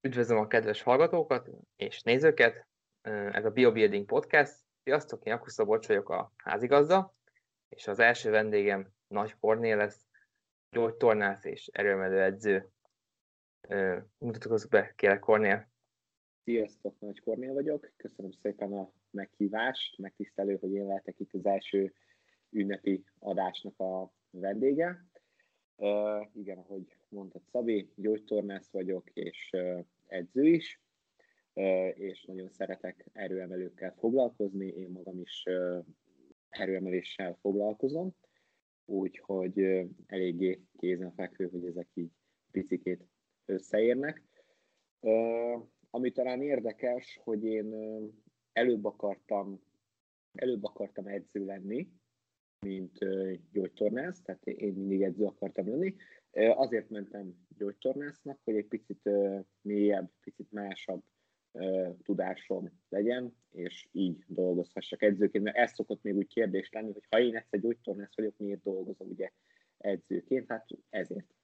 Üdvözlöm a kedves hallgatókat és nézőket! Ez a BioBuilding Podcast. Sziasztok, én Jakusz Szabolcs vagyok, a házigazda, és az első vendégem Nagy Kornél lesz, gyógytornász és erőemelő edző. Mutatkozz be, kérlek, Kornél! Sziasztok, Nagy Kornél vagyok. Köszönöm szépen a meghívást. Megtisztelő, hogy én lehetek itt az első ünnepi adásnak a vendége. Igen, ahogy mondtad, Szabi, gyógytornász vagyok, és edző is, és nagyon szeretek erőemelőkkel foglalkozni. Én magam is erőemeléssel foglalkozom, úgyhogy eléggé kézenfekvő, hogy ezek így picikét összeérnek. Ami talán érdekes, hogy én előbb akartam edző lenni, mint gyógytornász, tehát én mindig edző akartam lenni. Azért mentem gyógytornásznak, hogy egy picit mélyebb, picit másabb tudásom legyen, és így dolgozhassak edzőként, mert ez szokott még úgy kérdés lenni, hogy ha én egyszer gyógytornász vagyok, miért dolgozom ugye edzőként? Hát ezért.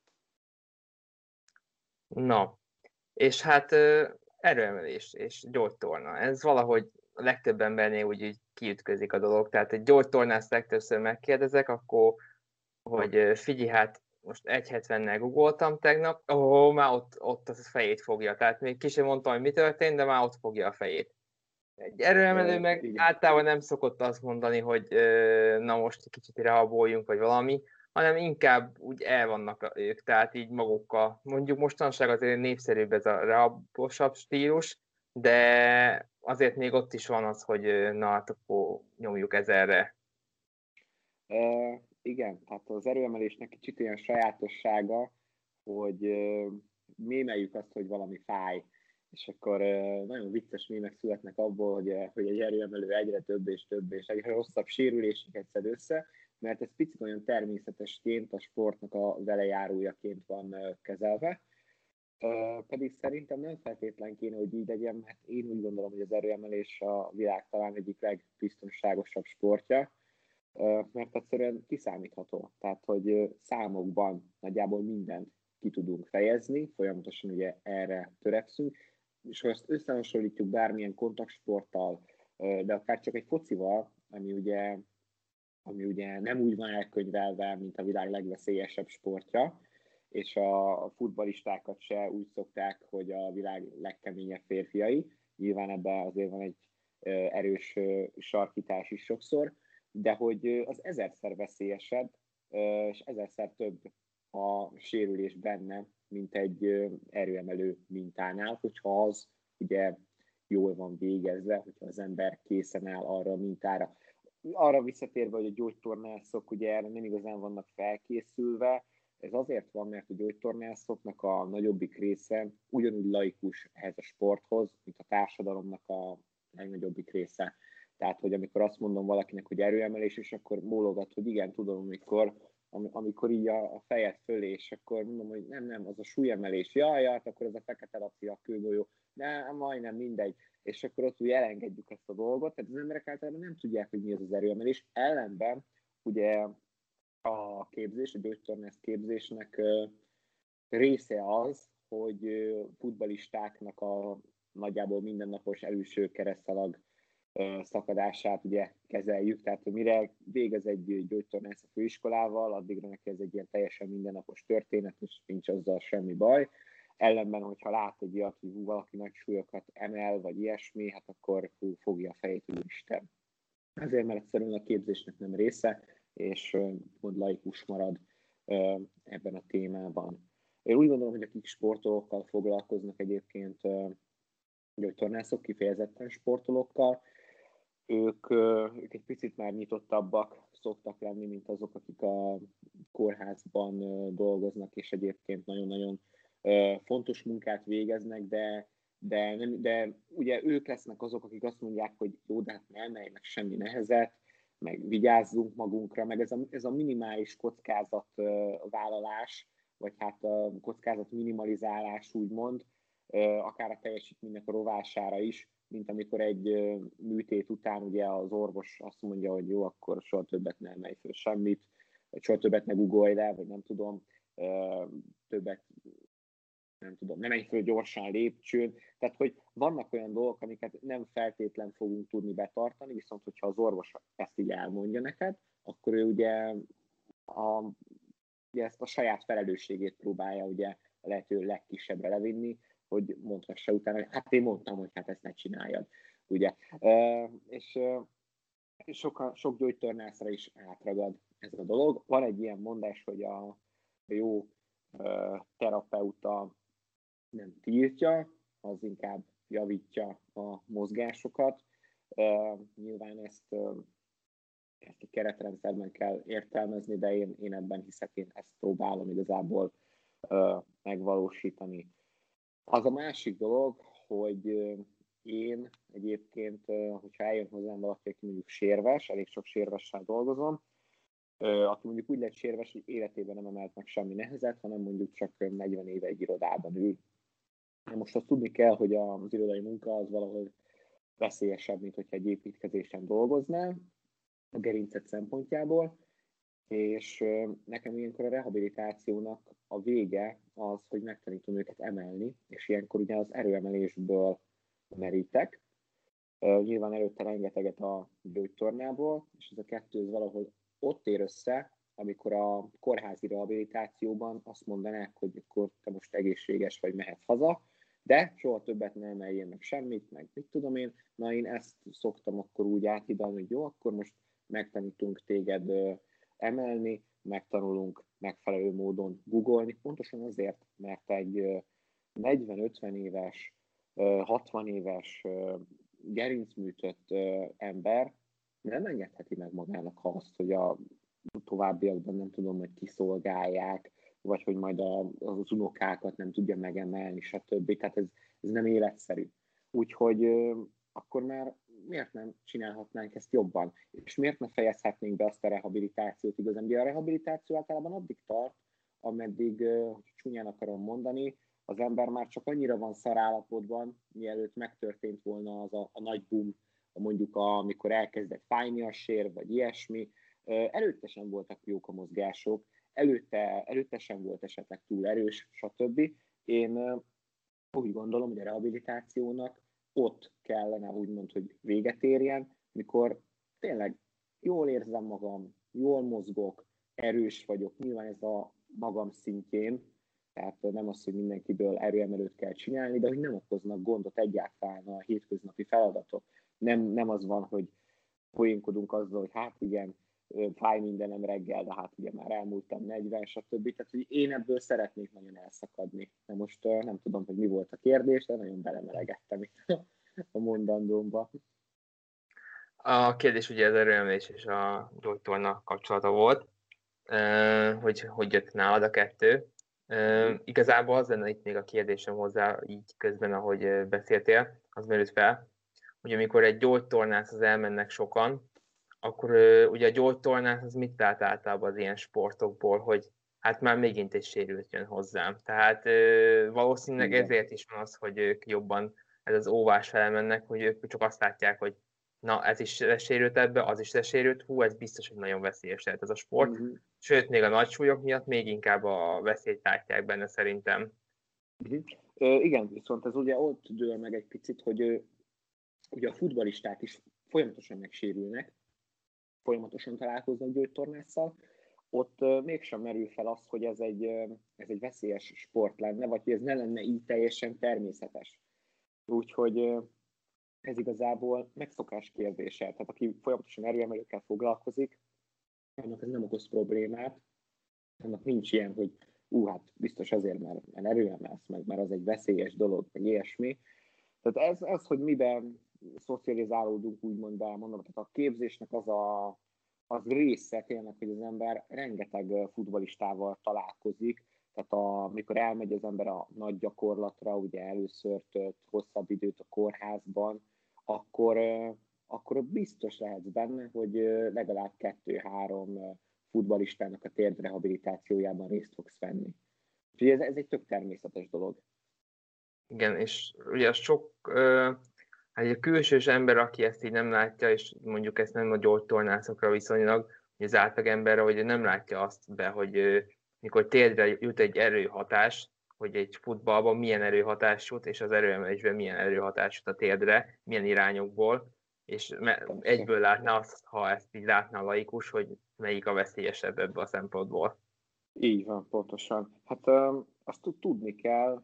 Na, és hát erőemelés és gyógytorna. Ez valahogy a legtöbb embernél úgy kiütközik a dolog. Tehát egy gyógytornász legtöbbször megkérdezek, akkor, hogy figyelj, hát most 1,70-nel googoltam tegnap, már ott a fejét fogja. Tehát még ki sem mondtam, hogy mi történt, de már ott fogja a fejét. Egy erőemelő meg Igen. általában nem szokott azt mondani, hogy na most egy kicsit rehaboljunk, vagy valami, hanem inkább úgy el vannak ők, tehát így magukkal. Mondjuk mostanság azért népszerűbb ez a rehabosabb stílus, de azért még ott is van az, hogy na hát akkor nyomjuk ezerre. Igen, hát az erőemelésnek kicsit ilyen sajátossága, hogy mémeljük azt, hogy valami fáj, és akkor nagyon vicces mémek születnek abból, hogy egy erőemelő egyre több és egyre rosszabb sérüléseket szed össze, mert ez picit olyan természetesként a sportnak a velejárójaként van kezelve. Pedig szerintem nem feltétlen kéne, hogy így legyen, mert én úgy gondolom, hogy az erőemelés a világ talán egyik legbiztonságosabb sportja, mert egyszerűen kiszámítható. Tehát, hogy számokban nagyjából mindent ki tudunk fejezni, folyamatosan ugye erre törekszünk, és ha ezt összehasonlítjuk bármilyen kontaktsporttal, de akár csak egy focival, ami ugye nem úgy van elkönyvelve, mint a világ legveszélyesebb sportja, és a futballistákat se úgy szokták, hogy a világ legkeményebb férfiai. Nyilván ebben azért van egy erős sarkítás is sokszor, de hogy az ezerszer veszélyesebb, és ezerszer több a sérülés benne, mint egy erőemelő mintánál, hogyha az ugye jól van végezve, hogyha az ember készen áll arra a mintára. Arra visszatérve, hogy a gyógytornászok ugye erre nem igazán vannak felkészülve, ez azért van, mert a gyógytornászoknak a nagyobbik része ugyanúgy laikus ehhez a sporthoz, mint a társadalomnak a legnagyobbik része. Tehát, hogy amikor azt mondom valakinek, hogy erőemelés, és akkor bólogat, hogy igen, tudom, amikor így a fejed fölé, és akkor mondom, hogy nem, az a súlyemelés, jaj, hát akkor ez a fekete laci a kőgolyó, nem, majdnem mindegy, és akkor ott úgy elengedjük ezt a dolgot, tehát az emberek általában nem tudják, hogy mi az erőemelés, ellenben ugye a képzés, a gyógytornász képzésnek része az, hogy futballistáknak a nagyjából mindennapos előső keresztalag szakadását ugye kezeljük, tehát mire végez egy gyógytornász a főiskolával, addigra neki ez egy ilyen teljesen mindennapos történet, és nincs azzal semmi baj. Ellenben, hogyha lát egy ilyet, hogy valaki nagy súlyokat emel, vagy ilyesmi, hát akkor fogja a fejét, hogy Isten. Ezért, mert egyszerűen a képzésnek nem része, és mond laikus marad ebben a témában. Én úgy gondolom, hogy akik sportolókkal foglalkoznak egyébként, gyógytornászok kifejezetten sportolókkal, ők egy picit már nyitottabbak szoktak lenni, mint azok, akik a kórházban dolgoznak, és egyébként nagyon-nagyon fontos munkát végeznek, de ugye ők lesznek azok, akik azt mondják, hogy jó, de hát ne emelj meg semmi nehezet, meg vigyázzunk magunkra, meg ez a minimális kockázatvállalás, vagy hát a kockázat minimalizálás úgymond, akár a teljesítménynek a rovására is, mint amikor egy műtét után ugye az orvos azt mondja, hogy jó, akkor soha többet ne emelj föl semmit, vagy soha többet ne googolj le, vagy nem tudom, többet nem tudom, nem menj föl gyorsan lépcsőn, tehát hogy vannak olyan dolgok, amiket nem feltétlen fogunk tudni betartani, viszont hogyha az orvos ezt így elmondja neked, akkor ő ugye, ugye ezt a saját felelősségét próbálja ugye a lehető legkisebbre levinni, hogy mondhassa utána, hogy hát én mondtam, hogy hát ezt ne csináljad, ugye. És sok gyógytornászra is átragad ez a dolog. Van egy ilyen mondás, hogy a jó terapeuta nem tiltja, az inkább javítja a mozgásokat. Nyilván ezt a keretrendszerben kell értelmezni, de én ebben hiszek, én ezt próbálom igazából megvalósítani. Az a másik dolog, hogy én egyébként, hogyha eljön hozzám valaki, aki mondjuk sérves, elég sok sérvessel dolgozom, aki mondjuk úgy lett sérves, hogy életében nem emelt meg semmi nehezet, hanem mondjuk csak 40 éve egy irodában ül. Most azt tudni kell, hogy az irodai munka az valahol veszélyesebb, mint hogyha egy építkezésen dolgoznál, a gerincet szempontjából, és nekem ilyenkor a rehabilitációnak a vége az, hogy megtanítom őket emelni, és ilyenkor ugye az erőemelésből merítek. Nyilván előtte rengeteget a gyógytornából, és ez a kettő az valahol ott ér össze, amikor a kórházi rehabilitációban azt mondanák, hogy akkor te most egészséges vagy, mehetsz haza, de soha többet ne emeljél meg semmit, meg mit tudom én. Na, én ezt szoktam akkor úgy áthidalni, hogy jó, akkor most megtanítunk téged emelni, megtanulunk megfelelő módon googolni, pontosan azért, mert egy 40-50 éves, 60 éves gerincműtött ember nem engedheti meg magának azt, hogy a továbbiakban nem tudom, hogy kiszolgálják, vagy hogy majd az unokákat nem tudja megemelni, stb. Tehát ez nem életszerű. Úgyhogy akkor már miért nem csinálhatnánk ezt jobban? És miért ne fejezhetnénk be azt a rehabilitációt igazán? Ugye a rehabilitáció általában addig tart, ameddig, hogy csúnyán akarom mondani, az ember már csak annyira van szarállapotban, mielőtt megtörtént volna az a nagy boom, mondjuk amikor elkezdett fájni a sér, vagy ilyesmi. Előtte sem voltak jók a mozgások, előtte sem volt esetleg túl erős, stb. Én úgy gondolom, hogy a rehabilitációnak ott kellene úgymond, hogy véget érjen, mikor tényleg jól érzem magam, jól mozgok, erős vagyok, nyilván ez a magam szintjén, tehát nem az, hogy mindenkiből erőemelőt kell csinálni, de hogy nem okoznak gondot egyáltalán a hétköznapi feladatok. Nem az van, hogy poénkodunk azzal, hogy hát igen, fáj mindenem reggel, de hát ugye már elmúltam 40, stb. Tehát, hogy én ebből szeretnék nagyon elszakadni. De most nem tudom, hogy mi volt a kérdés, de nagyon belemelegettem itt a mondandómba. A kérdés ugye az erőemelés és a gyógytorna kapcsolata volt, hogy jött nálad a kettő. Igazából az lenne itt még a kérdésem hozzá, így közben, ahogy beszéltél, az merült fel, hogy amikor egy gyógytornászhoz elmennek sokan, akkor ugye a gyógytornász az mit lát általában az ilyen sportokból, hogy hát már megint egy sérült jön hozzám. Tehát valószínűleg ezért is van az, hogy ők jobban ez az óvás elmennek, hogy ők csak azt látják, hogy na, ez is lesérült ebbe, az is lesérült, ez biztos, hogy nagyon veszélyes lehet ez a sport. Sőt, még a nagy súlyok miatt még inkább a veszélyt látják benne szerintem. Igen, viszont ez ugye ott dől meg egy picit, hogy ugye a futballisták is folyamatosan megsérülnek, folyamatosan találkoznak gyógytornásszal, ott mégsem merül fel az, hogy ez egy veszélyes sport lenne, vagy hogy ez ne lenne így teljesen természetes. Úgyhogy ez igazából megszokás kérdése. Tehát aki folyamatosan erőemelőkkel foglalkozik, annak ez nem okoz problémát, annak nincs ilyen, hogy hát biztos azért, mert erőemelsz meg, mert az egy veszélyes dolog, meg ilyesmi. Tehát ez hogy miben szocializálódunk, úgymond elmondom, tehát a képzésnek az része tényleg, hogy az ember rengeteg futballistával találkozik, tehát amikor elmegy az ember a nagy gyakorlatra, ugye először tölt hosszabb időt a kórházban, akkor biztos lehetsz benne, hogy legalább 2-3 futballistának a térdrehabilitációjában részt fogsz venni. Úgyhogy ez egy tök természetes dolog. Igen, és ugye sok egy külsős ember, aki ezt így nem látja, és mondjuk ezt nem a gyógytornászokra viszonylag, hogy az átlagemberre, hogy nem látja azt be, hogy mikor térdre jut egy erőhatás, hogy egy futballban milyen erőhatás jut, és az erőemelésben milyen erőhatás jut a térdre, milyen irányokból, és egyből látná azt, ha ezt így látná a laikus, hogy melyik a veszélyesebb ebből a szempontból. Így van, pontosan. Hát azt tudni kell,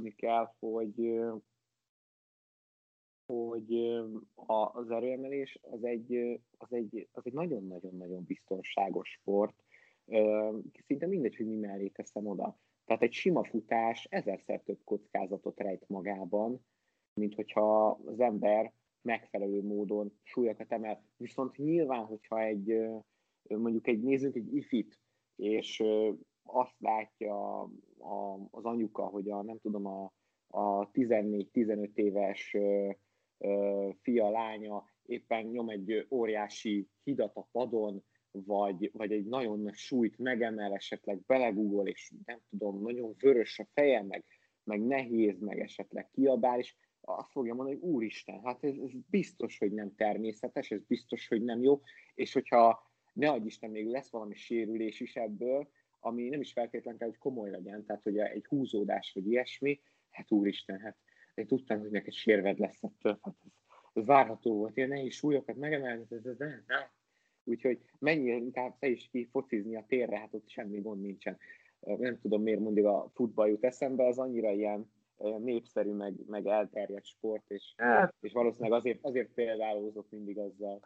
hogy az erőemelés az egy nagyon-nagyon-nagyon biztonságos sport. Szinte mindegy, hogy mi mellé teszem oda. Tehát egy sima futás ezerszer több kockázatot rejt magában, mint hogyha az ember megfelelő módon súlyokat emel. Viszont nyilván, hogyha nézzünk egy ifit, és azt látja az anyuka, hogy a 14-15 éves fia, lánya éppen nyom egy óriási hidat a padon, vagy egy nagyon nagy súlyt megemel, esetleg belegugol, és nem tudom, nagyon vörös a feje, meg nehéz, meg esetleg kiabál, és azt fogja mondani, hogy úristen, hát ez biztos, hogy nem természetes, ez biztos, hogy nem jó, és hogyha ne adj Isten, még lesz valami sérülés is ebből, ami nem is feltétlenül kell, hogy komoly legyen, tehát hogy egy húzódás vagy ilyesmi, hát úristen, hát én tudtam, hogy neked sérved lesz ettől, hát ez várható volt, ilyen nehéz súlyokat megemelni, ez nem. Úgyhogy menjél inkább te is ki focizni a térre, hát ott semmi gond nincsen. Nem tudom, miért mindig a futball jut eszembe, az annyira ilyen népszerű, meg elterjedt sport, és valószínűleg azért példálózott mindig azzal.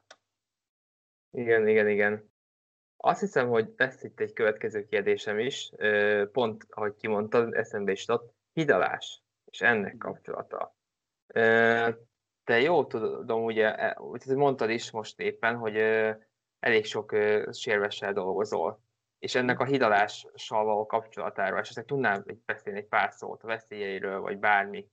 Igen. Azt hiszem, hogy lesz itt egy következő kérdésem is, pont ahogy kimondtad, eszembe is jutott, hidalás, és ennek kapcsolata. Te jól tudom, ugye mondtad is most éppen, hogy elég sok sérvessel dolgozol, és ennek a hidalással való kapcsolatáról esetleg tudnál beszélni egy pár szót, a veszélyeiről, vagy bármi?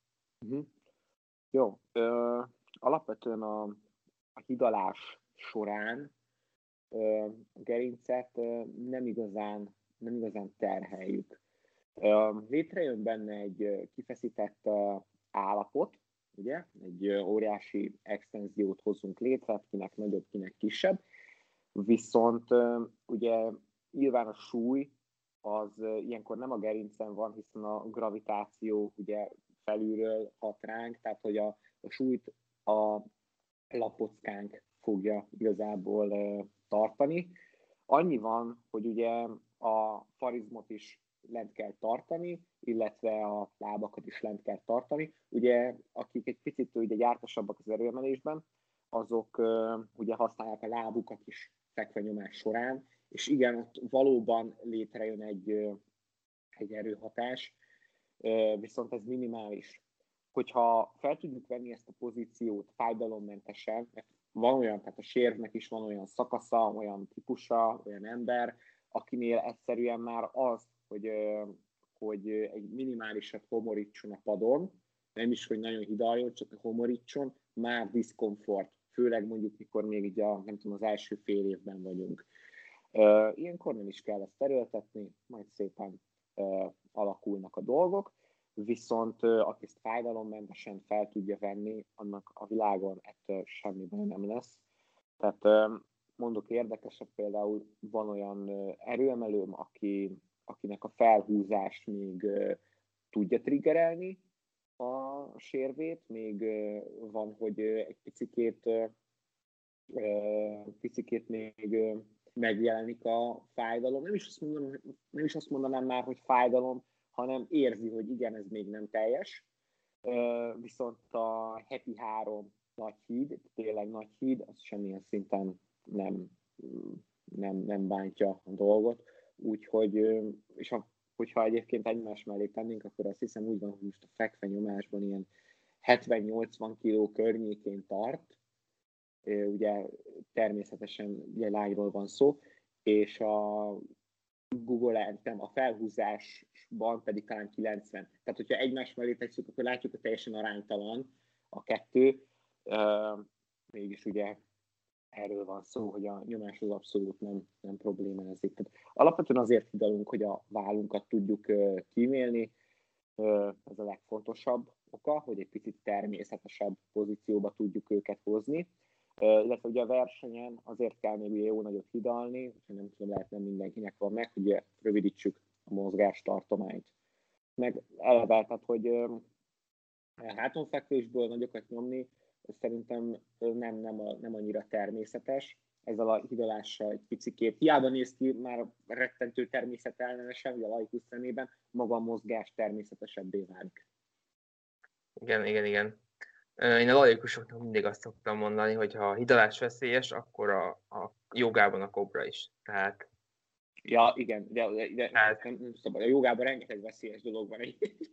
Jó, alapvetően a hidalás során a gerincet nem igazán terheljük. Létrejön benne egy kifeszített állapot, ugye? Egy óriási extenziót hozunk létre, kinek nagyobb, kinek kisebb, viszont ugye nyilván a súly az ilyenkor nem a gerincen van, hiszen a gravitáció ugye felülről hat ránk, tehát hogy a súlyt a lapockánk fogja igazából tartani. Annyi van, hogy ugye a farizmot is lent kell tartani, illetve a lábakat is lent kell tartani. Ugye, akik egy picit ugye jártasabbak az erőemelésben, azok ugye használják a lábukat is fekvenyomás során, és igen, ott valóban létrejön egy erőhatás, viszont ez minimális. Hogyha fel tudjuk venni ezt a pozíciót fájdalommentesen, mert van olyan, tehát a sérvnek is van olyan szakasza, olyan típusa, olyan ember, akinél egyszerűen már az, hogy egy minimálisat homorítson a padon, nem is, hogy nagyon hidaljon, csak homorítson, már diszkomfort, főleg mondjuk, mikor még így az első fél évben vagyunk. Ilyenkor nem is kell ezt erőltetni, majd szépen alakulnak a dolgok, viszont aki ezt fájdalommentesen fel tudja venni, annak a világon ettől semmi baj nem lesz. Tehát mondok érdekesebb, például van olyan erőemelőm, akinek a felhúzás még tudja triggerelni a sérvét, még van, hogy egy picikét még megjelenik a fájdalom. Nem is azt mondanám már, hogy fájdalom, hanem érzi, hogy igen, ez még nem teljes. Viszont a heti 3 nagy híd, tényleg nagy híd, az semmilyen szinten nem bántja a dolgot. Úgyhogy, és hogyha egyébként egymás mellé tennénk, akkor azt hiszem úgy van, hogy most a fekvenyomásban ilyen 70-80 kg környékén tart, ugye természetesen ugye lányról van szó, és a a felhúzásban pedig talán 90. Tehát, hogyha egymás mellé tesszük, akkor látjuk, hogy teljesen aránytalan a kettő. Mégis ugye erről van szó, hogy a nyomás az abszolút nem problémázik. Tehát alapvetően azért hidalunk, hogy a vállunkat tudjuk kímélni. Ez a legfontosabb oka, hogy egy picit természetesebb pozícióba tudjuk őket hozni. Illetve ugye a versenyen azért kell még jó nagyot hidalni, hogy nem tudom, lehet nem mindenkinek van meg, hogy rövidítsük a mozgástartományt. meg eleve, tehát hogy hátonfekvésből nagyokat nyomni, ez szerintem nem annyira természetes. Ezzel a hidalással egy picikét, hiába néz ki már rettentő természetellenesen, ugye a laikus szemében, maga a mozgás természetesebbé válik. Igen. Én a laikusoknak mindig azt szoktam mondani, hogy ha a hidalás veszélyes, akkor a jogában a kobra is. Tehát... Ja, igen, de hát, nem szabad. A jogában rengeteg veszélyes dolog van.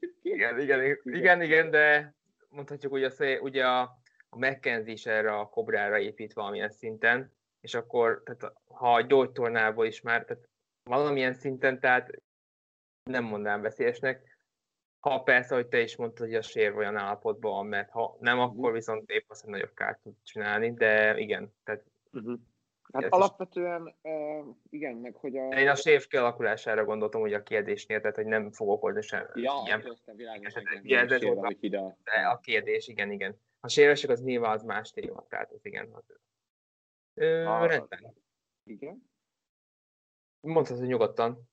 igen, de mondhatjuk, hogy ugye a McKenzie is erre a kobrára épít valamilyen szinten, és akkor, tehát, ha a gyógytornából is már, tehát valamilyen szinten, tehát nem mondanám veszélyesnek, ha persze, hogy te is mondtad, hogy a sér olyan állapotban van, mert ha nem, akkor viszont épp azt, hogy nagyobb kárt tud csinálni, de igen. Tehát hát alapvetően igen, meg hogy én a sér kialakulására gondoltam, hogy a kérdésnél, tehát hogy nem fog okozni sem. Ja, ilyen világos, ez volt a kérdés, igen. Ha séresek, az nyilván az más téma, tehát az igen. Rendben. Igen. Mondhatod, hogy nyugodtan.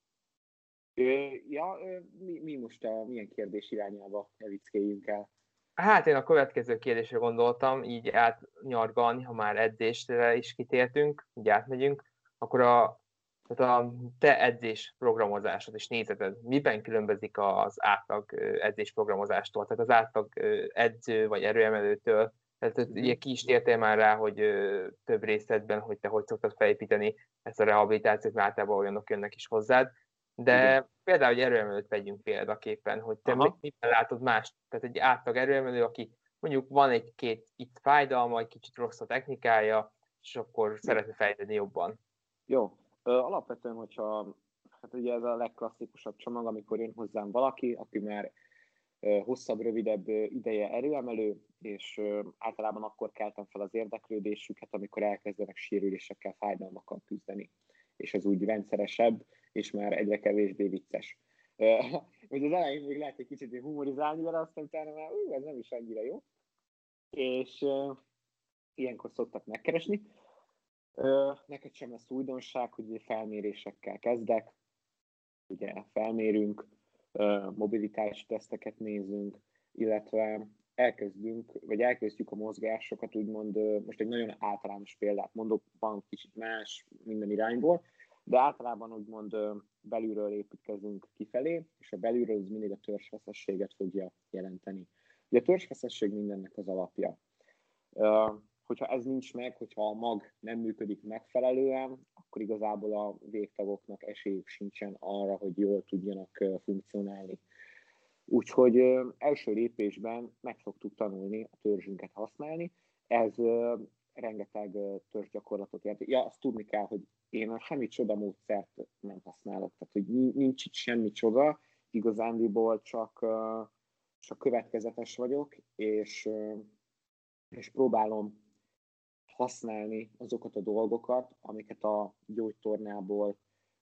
Mi most milyen kérdés irányába evickéljünk el? Hát én a következő kérdésre gondoltam, így átnyargalni, ha már edzésre is kitértünk, így átmegyünk, akkor tehát a te edzés programozásod és nézeted miben különbözik az átlag edzés programozástól? Tehát az átlag edző vagy erőemelőtől, tehát ugye ki is tértél már rá, hogy több részletben, hogy te hogy szoktad felépíteni ezt a rehabilitációt, mert általában olyanok jönnek is hozzád. De igen. Például, hogy erőemelőt vegyünk példaképpen, hogy te miben látod más, tehát egy átlag erőemelő, aki mondjuk van egy-két itt fájdalma, egy kicsit rossz a technikája, és akkor szeretne fejlődni jobban. Jó. Alapvetően, hogyha, hát ugye ez a legklasszikusabb csomag, amikor jön hozzám valaki, aki már hosszabb, rövidebb ideje erőemelő, és általában akkor keltem fel az érdeklődésüket, amikor elkezdenek sérülésekkel, fájdalmakkal küzdeni. És ez úgy rendszeresebb, és már egyre kevésbé vicces. Hogy az elején még lehet egy kicsit humorizálni vele, aztán utána már ez nem is annyira jó. És ilyenkor szoktak megkeresni. Neked sem lesz újdonság, hogy felmérésekkel kezdek. Ugye felmérünk, mobilitási teszteket nézünk, illetve elkezdjük a mozgásokat, úgymond, most egy nagyon általános példát mondok, van kicsit más minden irányból, de általában úgymond belülről építkezünk kifelé, és a belülről az mindig a törzsfeszességet fogja jelenteni. Ugye a törzsfeszesség mindennek az alapja. Hogyha ez nincs meg, hogyha a mag nem működik megfelelően, akkor igazából a végtagoknak esélyük sincsen arra, hogy jól tudjanak funkcionálni. Úgyhogy első lépésben meg szoktuk tanulni a törzsünket használni. Ez rengeteg törzsgyakorlatot jelent. Ja, azt tudni kell, hogy én semmi csoda módszert nem használok. Tehát, hogy nincs itt semmi csoda, igazándiból csak következetes vagyok, és próbálom használni azokat a dolgokat, amiket a gyógytornából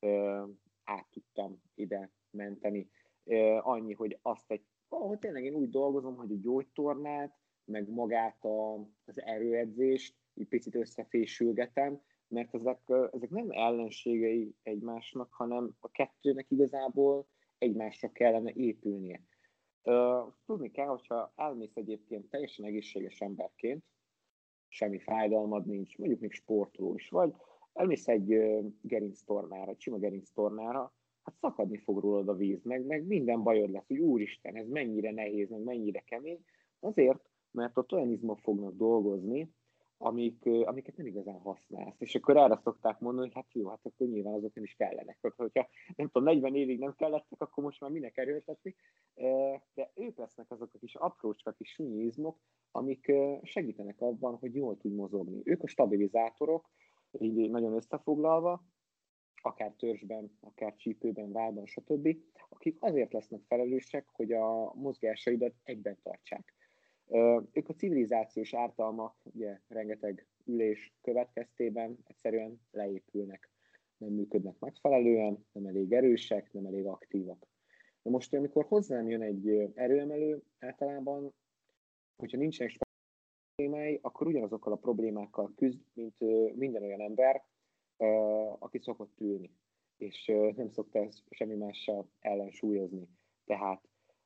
át tudtam ide menteni. Annyi, hogy valahogy tényleg én úgy dolgozom, hogy a gyógytornát, meg magát az erőedzést egy picit összefésülgetem, mert ezek nem ellenségei egymásnak, hanem a kettőnek igazából egymásra kellene épülnie. Tudni kell, hogyha elmész egyébként teljesen egészséges emberként, semmi fájdalmad nincs, mondjuk még sportoló is vagy, elmész egy gerinctornára, egy sima gerinctornára, hát szakadni fog rólad a víz, meg minden bajod lesz, hogy úristen, ez mennyire nehéz, meg mennyire kemény, azért, mert ott olyan izmok fognak dolgozni, amiket nem igazán használsz. És akkor erre szokták mondani, hogy hát jó, hát akkor nyilván azok nem is kellenek. Hogyha nem tudom, 40 évig nem kellettek, akkor most már minek erőltetni. De ők lesznek azok a kis aprócska, kis sunyi izmok, amik segítenek abban, hogy jól tud mozogni. Ők a stabilizátorok, így nagyon összefoglalva, akár törzsben, akár csípőben, vállban, stb., akik azért lesznek felelősek, hogy a mozgásaidat egyben tartsák. Ők a civilizációs ártalmak, ugye rengeteg ülés következtében egyszerűen leépülnek. Nem működnek megfelelően, nem elég erősek, nem elég aktívak. Na most, amikor hozzám jön egy erőemelő, általában, hogyha nincsenek problémái, akkor ugyanazokkal a problémákkal küzd, mint minden olyan ember, aki szokott ülni, és nem szokta ezt semmi mással ellensúlyozni. Tehát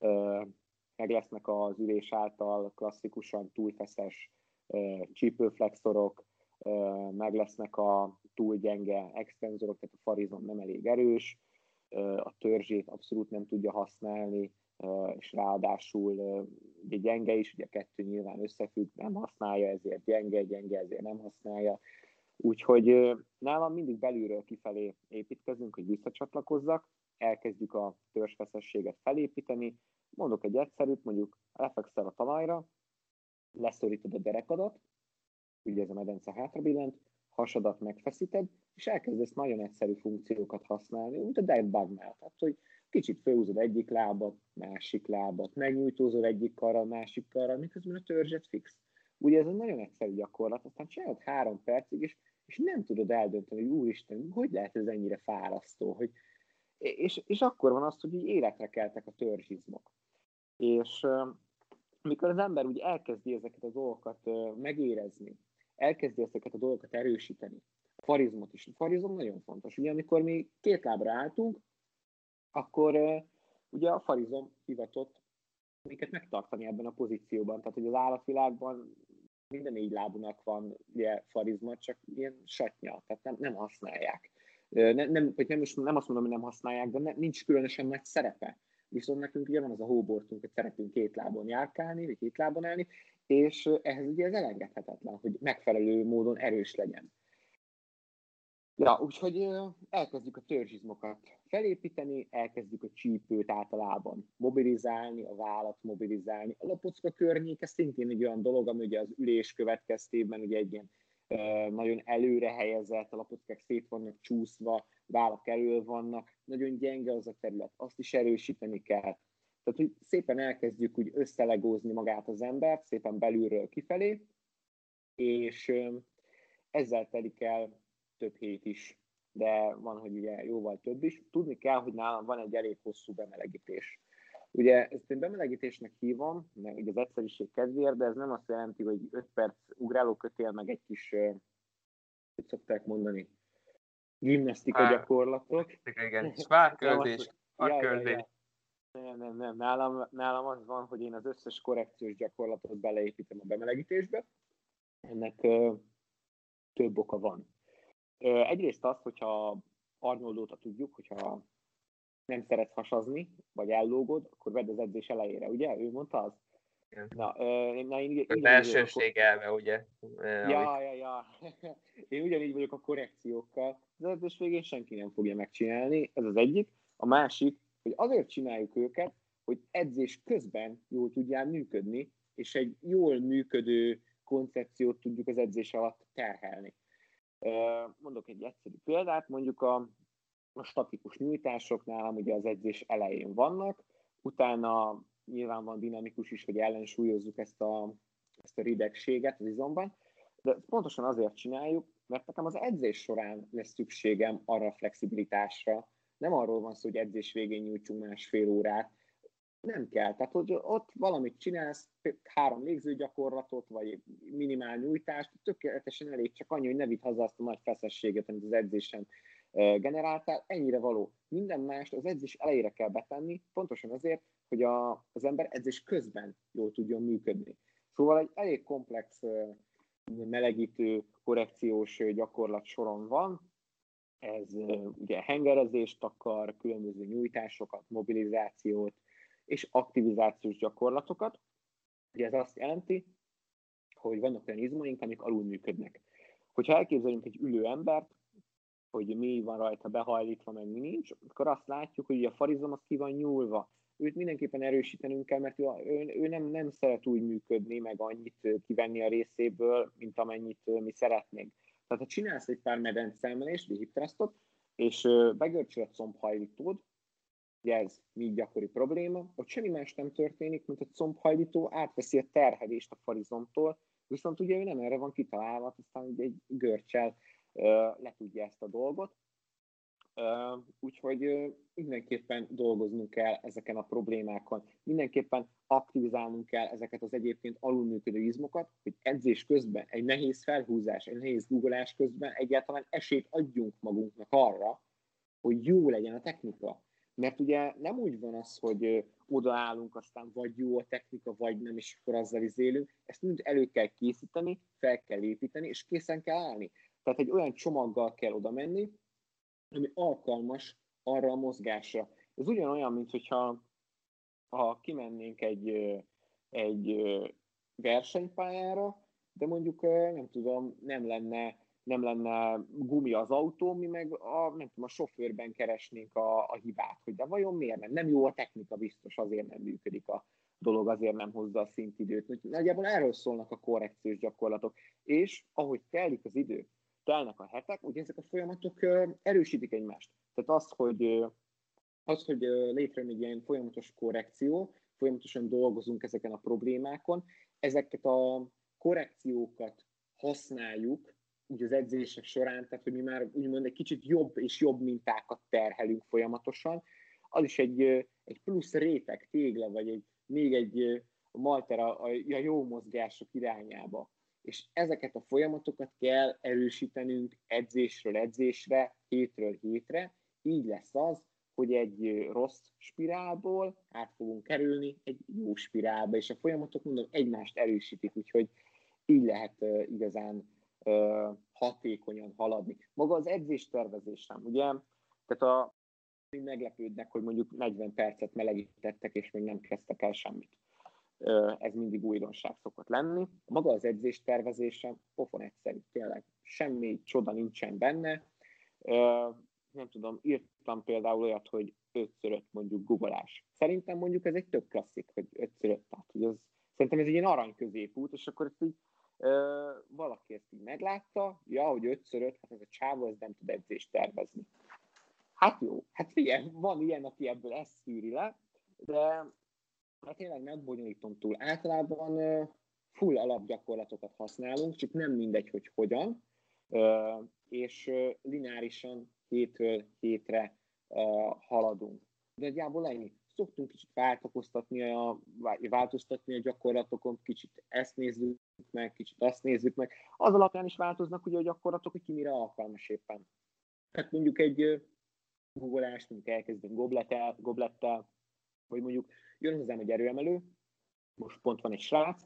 meg lesznek az ülés által klasszikusan túlfeszes csípőflexorok, meg lesznek a túl gyenge extenzorok, tehát a farizom nem elég erős, a törzsét abszolút nem tudja használni, és ráadásul ugye gyenge is, ugye a kettő nyilván összefügg, nem használja, ezért gyenge, ezért nem használja. Úgyhogy nálam mindig belülről kifelé építkezünk, hogy visszacsatlakozzak, elkezdjük a törzsfeszességet felépíteni, mondok egy egyszerűt, mondjuk lefekszel a talajra, leszorítod a derekadat, ugye ez a medence hátrabillent, hasadat megfeszíted, és elkezdesz nagyon egyszerű funkciókat használni, mint a dead bugnál. Tehát, hogy kicsit fölhúzod egyik lábat, másik lábat, megnyújtózod egyik karral, másik karral, miközben a törzset fix. Ugye ez egy nagyon egyszerű gyakorlat, aztán csinálod 3 percig, és nem tudod eldönteni, hogy úristen, hogy lehet ez ennyire fárasztó, és akkor van az, hogy így életre keltek a törzsizmok. És mikor az ember úgy elkezdi ezeket a dolgokat megérezni, elkezdi ezeket a dolgokat erősíteni, a farizmot is. A farizom nagyon fontos. Ugye amikor mi 2 lábra álltunk, akkor ugye a farizom hivatott minket megtartani ebben a pozícióban. Tehát, hogy az állatvilágban minden 4 lábúnak van ugye farizma, csak ilyen satnya, tehát nem használják. Nem azt mondom, hogy nem használják, de nincs különösen nagy szerepe. Viszont nekünk ugye van az a hóbortunk, hogy szeretünk 2 lábon járkálni, vagy 2 lábon állni, és ehhez ugye ez elengedhetetlen, hogy megfelelő módon erős legyen. Ja, úgyhogy elkezdjük a törzsizmokat felépíteni, elkezdjük a csípőt általában mobilizálni, a vállat mobilizálni. A lapocka környéke szintén egy olyan dolog, ami ugye az ülés következtében ugye egy ilyen nagyon előre helyezett, a lapockák szét vannak csúszva, vállak elől vannak, nagyon gyenge az a terület, azt is erősíteni kell. Tehát, hogy szépen elkezdjük úgy összelegózni magát az embert, szépen belülről kifelé, és ezzel telik el több hét is, de van, hogy ugye jóval több is. Tudni kell, hogy nálam van egy elég hosszú bemelegítés. Ugye ezt én bemelegítésnek hívom, mert ugye az egyszerűség kedvéért, de ez nem azt jelenti, hogy 5 perc ugráló kötél, meg egy kis, hogy szokták mondani, gimnasztika gyakorlatok. Igen, spárkörzés, karkörzés. Nem. Nálam az van, hogy én az összes korrekciós gyakorlatot beleépítem a bemelegítésbe. Ennek több oka van. Egyrészt az, hogyha Arnoldóta tudjuk, hogyha nem szeretsz hasazni, vagy ellógod, akkor vedd az edzés elejére, ugye? Ő mondta azt? Az belsőség elve, ugye? Ja. Én ugyanígy vagyok a korrekciókkal. Az edzés végén senki nem fogja megcsinálni, ez az egyik. A másik, hogy azért csináljuk őket, hogy edzés közben jól tudjál működni, és egy jól működő koncepciót tudjuk az edzés alatt terhelni. Mondok egy egyszerű példát, mondjuk a statikus nyújtások nálam ugye az edzés elején vannak, utána nyilván van dinamikus is, hogy ellensúlyozzuk ezt a ridegséget az izomban, de pontosan azért csináljuk, mert nekem az edzés során lesz szükségem arra a flexibilitásra. Nem arról van szó, hogy edzés végén nyújtsunk 1,5 órát, nem kell. Tehát, hogy ott valamit csinálsz, 3 légzőgyakorlatot, vagy minimál nyújtást, tökéletesen elég, csak annyi, hogy ne vidd haza azt a nagy feszességet, amit az edzésen generáltál, ennyire való. Minden mást az edzés elejére kell betenni, pontosan azért, hogy az ember edzés közben jól tudjon működni. Szóval egy elég komplex melegítő, korrekciós gyakorlat soron van. Ez ugye hengerezést akar, különböző nyújtásokat, mobilizációt és aktivizációs gyakorlatokat. Ugye ez azt jelenti, hogy vannak olyan izmaink, amik alul működnek. Hogyha elképzelünk egy ülő embert, hogy mi van rajta behajlítva, meg mi nincs, akkor azt látjuk, hogy a farizom az ki van nyúlva. Őt mindenképpen erősítenünk kell, mert ő nem szeret úgy működni, meg annyit kivenni a részéből, mint amennyit mi szeretnénk. Tehát ha csinálsz egy pár medenceemelést, egy hip thrustot, és begörcsöl a combhajlítód, ugye ez még gyakori probléma, hogy semmi más nem történik, mint a combhajlító átveszi a terhelést a farizomtól, viszont ugye ő nem erre van kitalálva, aztán ugye egy görcsel letudja ezt a dolgot. Úgyhogy mindenképpen dolgoznunk kell ezeken a problémákon. Mindenképpen aktivizálnunk kell ezeket az egyébként alulműködő izmokat, hogy edzés közben, egy nehéz felhúzás, egy nehéz googolás közben egyáltalán esélyt adjunk magunknak arra, hogy jó legyen a technika. Mert ugye nem úgy van az, hogy odaállunk, aztán vagy jó a technika, vagy nem, és akkor azzal izélünk. Ezt mind elő kell készíteni, fel kell építeni, és készen kell állni. Tehát egy olyan csomaggal kell oda menni, ami alkalmas arra a mozgásra. Ez ugyanolyan, mint hogyha kimennénk egy versenypályára, de mondjuk nem tudom, nem lenne gumi az autó, mi meg nem tudom, a sofőrben keresnénk a hibát, hogy de vajon miért nem jó a technika, biztos azért nem működik a dolog, azért nem hozza a szintidőt. Nagyjából erről szólnak a korrekciós gyakorlatok. És ahogy telik az idő, telnek a hetek, ugye ezek a folyamatok erősítik egymást. Tehát hogy létrejön egy ilyen folyamatos korrekció, folyamatosan dolgozunk ezeken a problémákon, ezeket a korrekciókat használjuk úgy az edzések során, tehát hogy mi már úgymond egy kicsit jobb és jobb mintákat terhelünk folyamatosan, az is egy plusz réteg tégla, vagy még egy malter a jó mozgások irányába. És ezeket a folyamatokat kell erősítenünk edzésről edzésre, hétről hétre, így lesz az, hogy egy rossz spirálból át fogunk kerülni egy jó spirálba, és a folyamatok, mondom, egymást erősítik, úgyhogy így lehet igazán hatékonyan haladni. Maga az edzéstervezésem, ugye, tehát meglepődnek, hogy mondjuk 40 percet melegítettek, és még nem kezdtek el semmit. Ez mindig újdonság szokott lenni. Maga az edzéstervezésem pofon egyszerű, tényleg semmi csoda nincsen benne. Nem tudom, írtam például olyat, hogy 5x5 mondjuk googolás. Szerintem mondjuk ez egy tök klasszik, hogy 5x5, tehát hogy szerintem ez egy ilyen arany középút, és akkor ezt így valaki ezt így meglátta, ja, hogy 5x5, hát ez a csávó, ez nem tud edzést tervezni. Hát jó, hát figyelj, van ilyen, aki ebből ezt szűri le, de hát tényleg nem bonyolítom túl. Általában full alapgyakorlatokat használunk, csak nem mindegy, hogy hogyan, és lineárisan hétről hétre haladunk. De nagyjából ennyi. Szoktunk kicsit változtatni a gyakorlatokon, kicsit ezt nézzük meg, kicsit azt nézzük meg. Az alapján is változnak ugye a gyakorlatok, hogy ki mire alkalmas éppen. Tehát mondjuk egy guggolást, mondjuk elkezdünk goblettel, vagy mondjuk jön hozzám egy erőemelő, most pont van egy srác,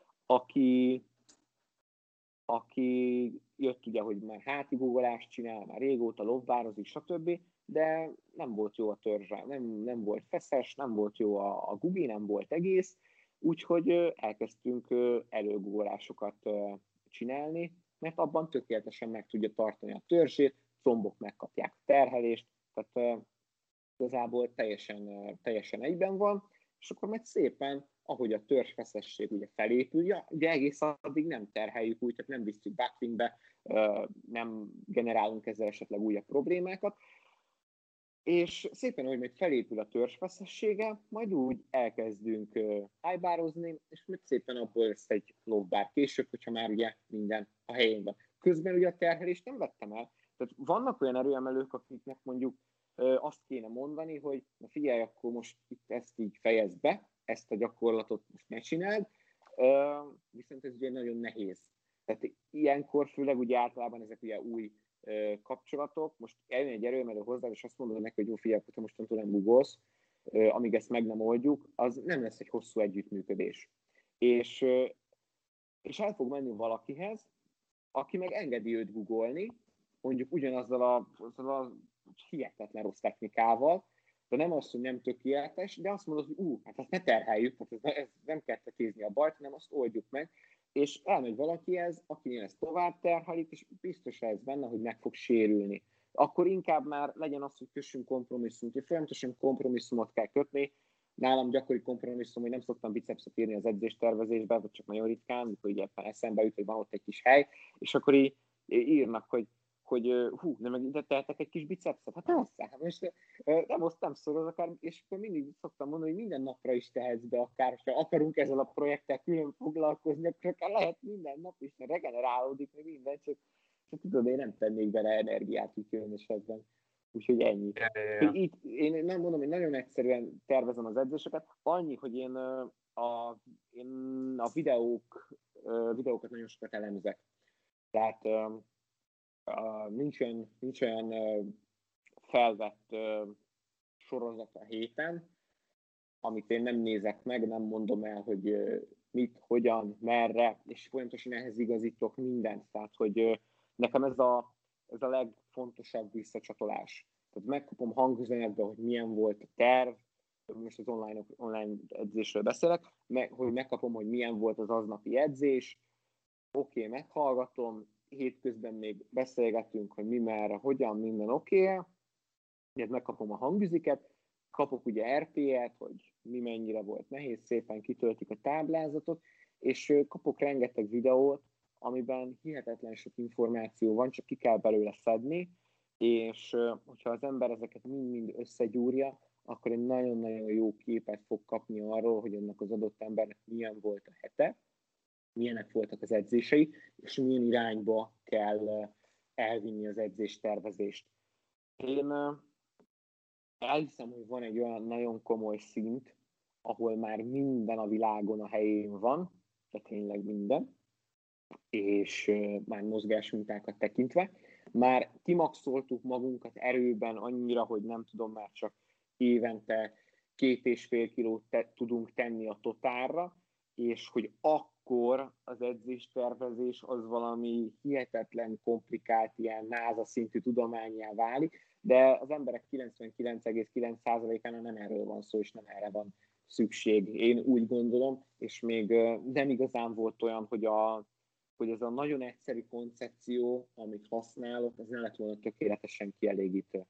aki jött ugye, hogy már háti guggolást csinál, már régóta lovvározik, stb., de nem volt jó a törzse, nem volt feszes, nem volt jó a gugi, nem volt egész, úgyhogy elkezdtünk előguggolásokat csinálni, mert abban tökéletesen meg tudja tartani a törzsét, combok megkapják a terhelést, tehát igazából teljesen egyben van, és akkor majd szépen, ahogy a törzsfeszesség ugye felépül, ugye egész addig nem terheljük úgy, tehát nem visszük bucklingbe, nem generálunk ezzel esetleg újabb problémákat, és szépen, ahogy majd felépül a törzsfeszessége, majd úgy elkezdünk highbarozni, és majd szépen abból lesz egy low bar később, hogyha már ugye minden a helyén van. Közben ugye a terhelést nem vettem el, tehát vannak olyan erőemelők, akiknek mondjuk azt kéne mondani, hogy na figyelj, akkor most itt ezt így fejezd be, ezt a gyakorlatot most ne csináld, viszont ez ugye nagyon nehéz. Tehát ilyenkor főleg ugye általában ezek ugye új kapcsolatok, most eljön egy erőemelő hozzá, és azt mondod neki, hogy jó, figyelj, te mostantól nem googolsz, amíg ezt meg nem oldjuk, az nem lesz egy hosszú együttműködés. És el fog menni valakihez, aki meg engedi őt googolni, mondjuk ugyanazzal a hihetetlen rossz technikával, de nem az, hogy nem tökéletes, de azt mondod, hogy hát ezt ne terheljük, tehát ez nem kell tetézni a bajt, hanem azt oldjuk meg, és elmegy valakihez, akinél ezt tovább terhelik, és biztos ez benne, hogy meg fog sérülni. Akkor inkább már legyen az, hogy kössünk kompromisszumot, hogy folyamatosan kompromisszumot kell kötni. Nálam gyakori kompromisszum, hogy nem szoktam bicepszet írni az edzéstervezésbe, vagy csak nagyon ritkán, mikor így éppen eszembe jut, hogy van ott egy kis hely, és akkor így írnak, hogy hú, nem meg ide tehetek egy kis bicepszet? Hát persze, most nem szoroz akár, és akkor mindig szoktam mondani, hogy minden napra is tehetsz be akár, ha akarunk ezzel a projekttel külön foglalkozni, akkor akár lehet minden nap is, regenerálódik, meg minden, csak tudod, én nem tennék bele energiát így különösebben. Úgyhogy ennyi. Ja. Itt, én nem mondom, hogy nagyon egyszerűen tervezem az edzéseket, annyi, hogy én a videókat nagyon sokat elemzek. Tehát nincs olyan felvett sorozat a héten, amit én nem nézek meg, nem mondom el, hogy mit, hogyan, merre, és folyamatosan ehhez igazítok mindent. Tehát, hogy nekem ez a legfontosabb visszacsatolás. Tehát megkapom hangüzenetbe, hogy milyen volt a terv, most az online edzésről beszélek, hogy megkapom, hogy milyen volt az aznapi edzés, oké, meghallgatom, hétközben még beszélgetünk, hogy mi, merre, hogyan, minden oké, megkapom a hangüziket, kapok ugye RP-et, hogy mi mennyire volt nehéz, szépen kitöltik a táblázatot, és kapok rengeteg videót, amiben hihetetlen sok információ van, csak ki kell belőle szedni, és hogyha az ember ezeket mind-mind összegyúrja, akkor egy nagyon-nagyon jó képet fog kapni arról, hogy annak az adott embernek milyen volt a hete, milyenek voltak az edzései, és milyen irányba kell elvinni az edzéstervezést. Én elhiszem, hogy van egy olyan nagyon komoly szint, ahol már minden a világon a helyén van, de tényleg minden, és már mozgásmintákat tekintve. Már kimaxoltuk magunkat erőben annyira, hogy nem tudom, már csak évente 2,5 kilót tudunk tenni a totálra, és hogy akkor az edzéstervezés az valami hihetetlen komplikált, ilyen NASA szintű tudománnyá válik, de az emberek 99,9%-án nem erről van szó, és nem erre van szükség. Én úgy gondolom, és még nem igazán volt olyan, hogy ez a nagyon egyszerű koncepció, amit használok, az nem lett volna tökéletesen kielégítő.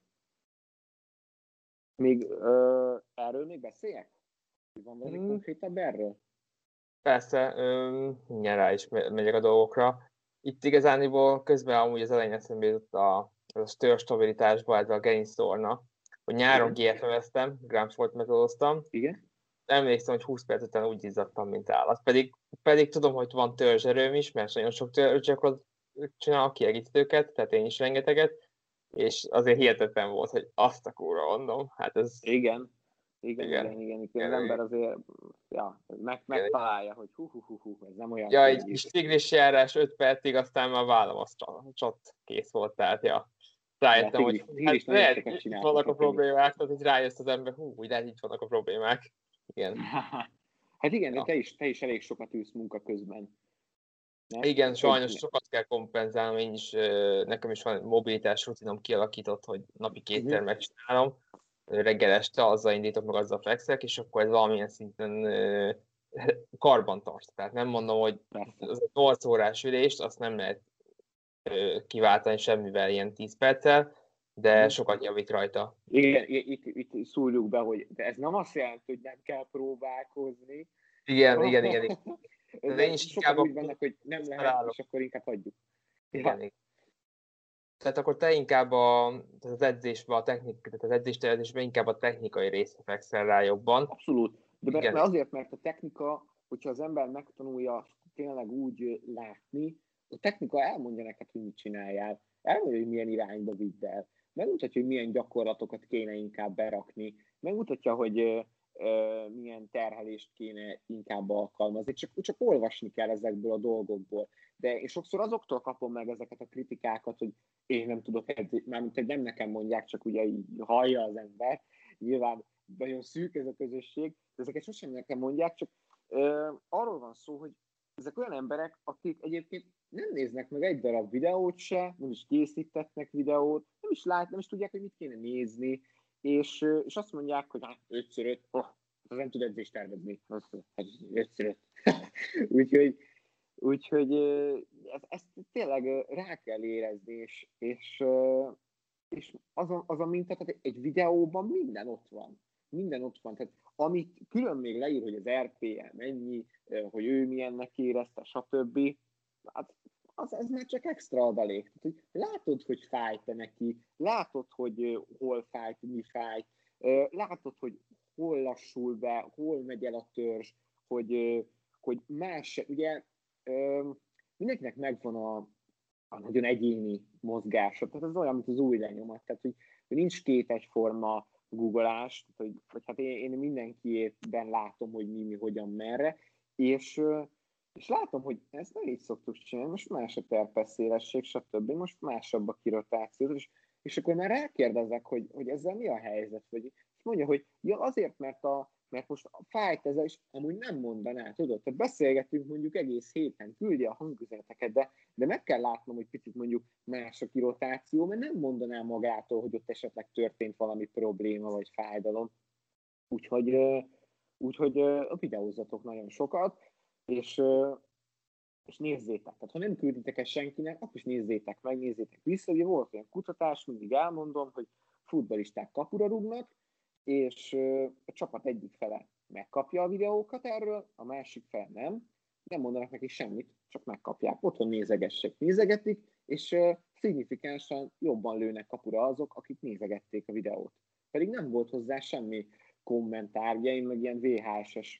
Még erről még beszéljek? Van valami konkrétabb erről? Persze, mindjárt rá is megyek a dolgokra. Itt igazániból közben amúgy az elején eszembe jutott a stabilitásba, ez a gerinctorna, hogy nyáron GFM-eztem, Gramfort metodoztam. Igen. Emlékszem, hogy 20 perc után úgy izzadtam, mint állat. Pedig tudom, hogy van törzserőm is, mert nagyon sok törzsgyakorlat csinálok kiegészítőket, tehát én is rengeteget, és azért hihetetlen volt, hogy azt a kurva mondom. Hát ez... Igen. Az ember azért megtalálja, hogy hú, ez nem olyan. Ja, egy kis tigris járás 5 percig, aztán már vállam, az csott kész volt, tehát ja. Rájöttem, hogy hát lehet, itt vannak a problémák, tehát hogy rájössz az ember, hogy lehet, itt vannak a problémák. Igen. Hát igen, ja. de te is elég sokat ülsz munka közben. Nem? Igen, sajnos sokat kell kompenzálnom, nekem is van mobilitás rutinom kialakított, hogy napi 2-szer megcsinálom. Reggel este azzal indítok, meg azzal flexek, és akkor ez valamilyen szinten karban tart. Tehát nem mondom, hogy az a 8 órás ülést azt nem lehet kiváltani semmivel ilyen 10 perccel, de sokat javít rajta. Igen, itt szúrjuk be, hogy de ez nem azt jelenti, hogy nem kell próbálkozni. Igen. De én is sokan úgy vannak, hogy nem lehet, és akkor inkább hagyjuk. Igen. Tehát akkor te inkább az edzésben, tehát az edzéstervezésben inkább a technikai részre fekszel rá jobban. Abszolút. De azért, mert a technika, hogyha az ember megtanulja tényleg úgy látni, a technika elmondja neked, hogy mit csináljál, elmondja, hogy milyen irányba vidd el, megmutatja, hogy milyen gyakorlatokat kéne inkább berakni, megmutatja, hogy milyen terhelést kéne inkább alkalmazni, csak olvasni kell ezekből a dolgokból. De én sokszor azoktól kapom meg ezeket a kritikákat, hogy én nem tudok mármint, hogy nem nekem mondják, csak ugye így hallja az ember. Nyilván nagyon szűk ez a közösség, de ezeket sosem nekem mondják, csak arról van szó, hogy ezek olyan emberek, akik egyébként nem néznek meg egy darab videót se, nem is készítettek videót, nem is tudják, hogy mit kéne nézni, és azt mondják, hogy hát 5x5, az nem tud edzést tervezni. 5x5. Úgyhogy ezt tényleg rá kell érezni, és az a minta, tehát egy videóban minden ott van. Minden ott van. Tehát amit külön még leír, hogy az RPM mennyi, hogy ő milyennek érezte, stb. Hát ez már csak extra adalék. Tehát, hogy látod, hogy fájt neki, látod, hogy hol fájt, mi fájt, látod, hogy hol lassul be, hol megy el a törzs, hogy más, ugye mindenkinek megvan a nagyon egyéni mozgása. Tehát ez olyan, mint az új lenyomat. Tehát, hogy nincs két egyforma googolás, hogy hát én mindenkiében látom, hogy mi, hogyan, merre, és látom, hogy ezt nem így szoktuk csinálni, most más a terpeszélesség, stb. Most másabb a kirotáció, és akkor már rákérdezek, hogy ezzel mi a helyzet, vagy mondja, hogy ja, azért, mert most fájt ez, és amúgy nem mondaná, tudod? Tehát beszélgetünk mondjuk egész héten, küldi a hangüzeneteket, de meg kell látnom, hogy picit mondjuk más a kirotáció, mert nem mondaná magától, hogy ott esetleg történt valami probléma vagy fájdalom. Úgyhogy videózzatok nagyon sokat, és nézzétek. Tehát ha nem külditek ezt senkinek, akkor is nézzétek meg, nézzétek vissza. Ugye volt olyan kutatás, mindig elmondom, hogy futballisták kapura rúgnak, és a csapat egyik fele megkapja a videókat erről, a másik fele nem. Nem mondanak neki semmit, csak megkapják. Otthon nézegetik, és szignifikánsan jobban lőnek kapura azok, akik nézegették a videót. Pedig nem volt hozzá semmi kommentár, ugye én meg ilyen VHS-es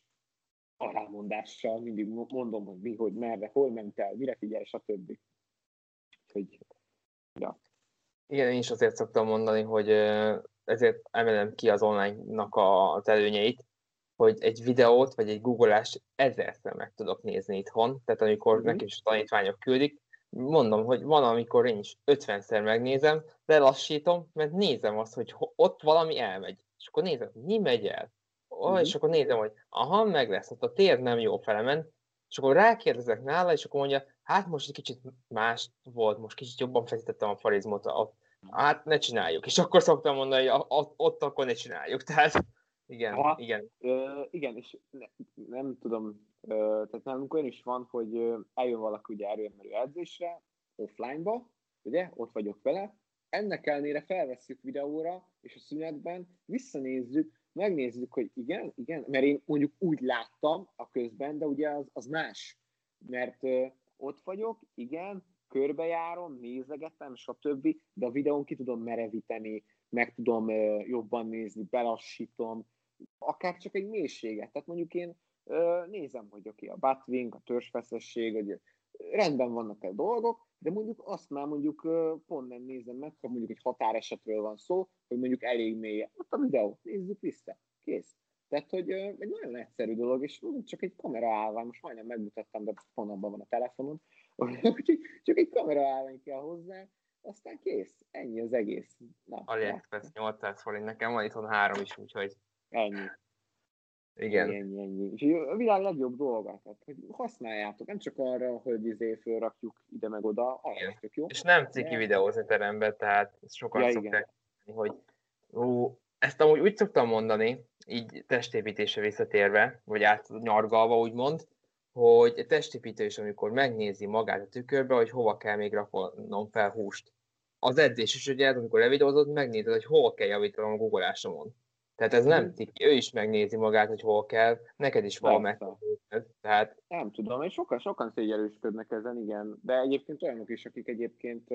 alámondással mindig mondom, hogy mi, hogy merre, hol ment el, mire figyelj, stb. Úgyhogy, ja. Igen, én is azért szoktam mondani, hogy ezért emelem ki az online-nak az előnyeit, hogy egy videót, vagy egy googleást ezerszer meg tudok nézni itthon, tehát amikor nekem is a tanítványok küldik, mondom, hogy van, amikor én is 50-szer megnézem, lelassítom, mert nézem azt, hogy ott valami elmegy, és akkor nézem, mi megy el. És akkor nézem, hogy aha, meg lesz, ott a tér nem jó felemen, és akkor rákérdezek nála, és akkor mondja, hát most egy kicsit más volt, most kicsit jobban feszítettem a farizmot, hát ne csináljuk. És akkor szoktam mondani, hogy ott akkor ne csináljuk. Tehát igen, igen. Igen, és nem tudom, tehát nálunk olyan is van, hogy eljön valaki ugye erőemelő edzésre, offline-ba, ugye, ott vagyok vele, ennek ellenére felvesszük videóra, és a szünetben visszanézzük, megnézzük, hogy igen, mert én mondjuk úgy láttam a közben, de ugye az más, mert ott vagyok, igen, körbejárom, nézegetem, stb., de a videón ki tudom merevíteni, meg tudom jobban nézni, belassítom, akár csak egy mélységet. Tehát mondjuk én nézem, hogy oké, a buttwing, a törzsfeszesség, hogy rendben vannak a dolgok, de mondjuk azt már mondjuk pont nem nézem meg, ha mondjuk egy határesetről van szó, hogy mondjuk elég mély. Ott a videó, nézzük vissza, kész. Tehát, hogy egy nagyon egyszerű dolog, és csak egy kamera állvány, most majdnem megmutattam, de honnan van a telefonon, úgyhogy csak egy kamera állvány kell hozzá, aztán kész, ennyi az egész. AliExpress 800 forint, nekem van itthon 3 is, úgyhogy... Ennyi. Igen. Ennyi. És a világ legjobb dolga, tehát, hogy használjátok, nem csak arra, hogy fölrakjuk ide meg oda, arra is tök jó. És nem ciki videózni teremben, tehát sokan szokták mondani, hogy ezt amúgy úgy szoktam mondani, így testépítésre visszatérve, vagy átnyargalva úgymond, hogy a testépítő is, amikor megnézi magát a tükörbe, hogy hova kell még rakolnom fel húst. Az edzés is, ugye, amikor levideózod, megnézed, hogy hol kell javítanom a googolásomon. Tehát ez nem ciki, ő is megnézi magát, hogy hol kell, neked is van meg. Tehát... Nem tudom, és sokan szégyelősködnek ezen, igen, de egyébként olyanok is, akik egyébként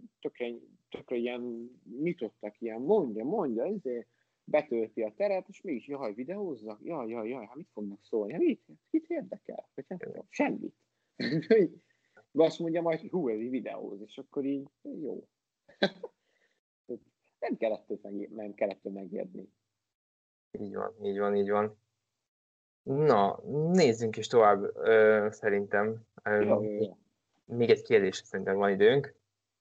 tökre ilyen nyitottak, ilyen mondja, ezért betölti a teret, és mégis, jaj, videózzak, jaj, hát mit fognak szólni, hát mit érdekel, hogy nem tudom, semmit. De azt mondja majd, hogy hú, ez egy videóz, és akkor így jó. nem kell ettől megijedni. Így van. Na, nézzünk is tovább, szerintem. Jó. Még egy kérdés, szerintem van időnk.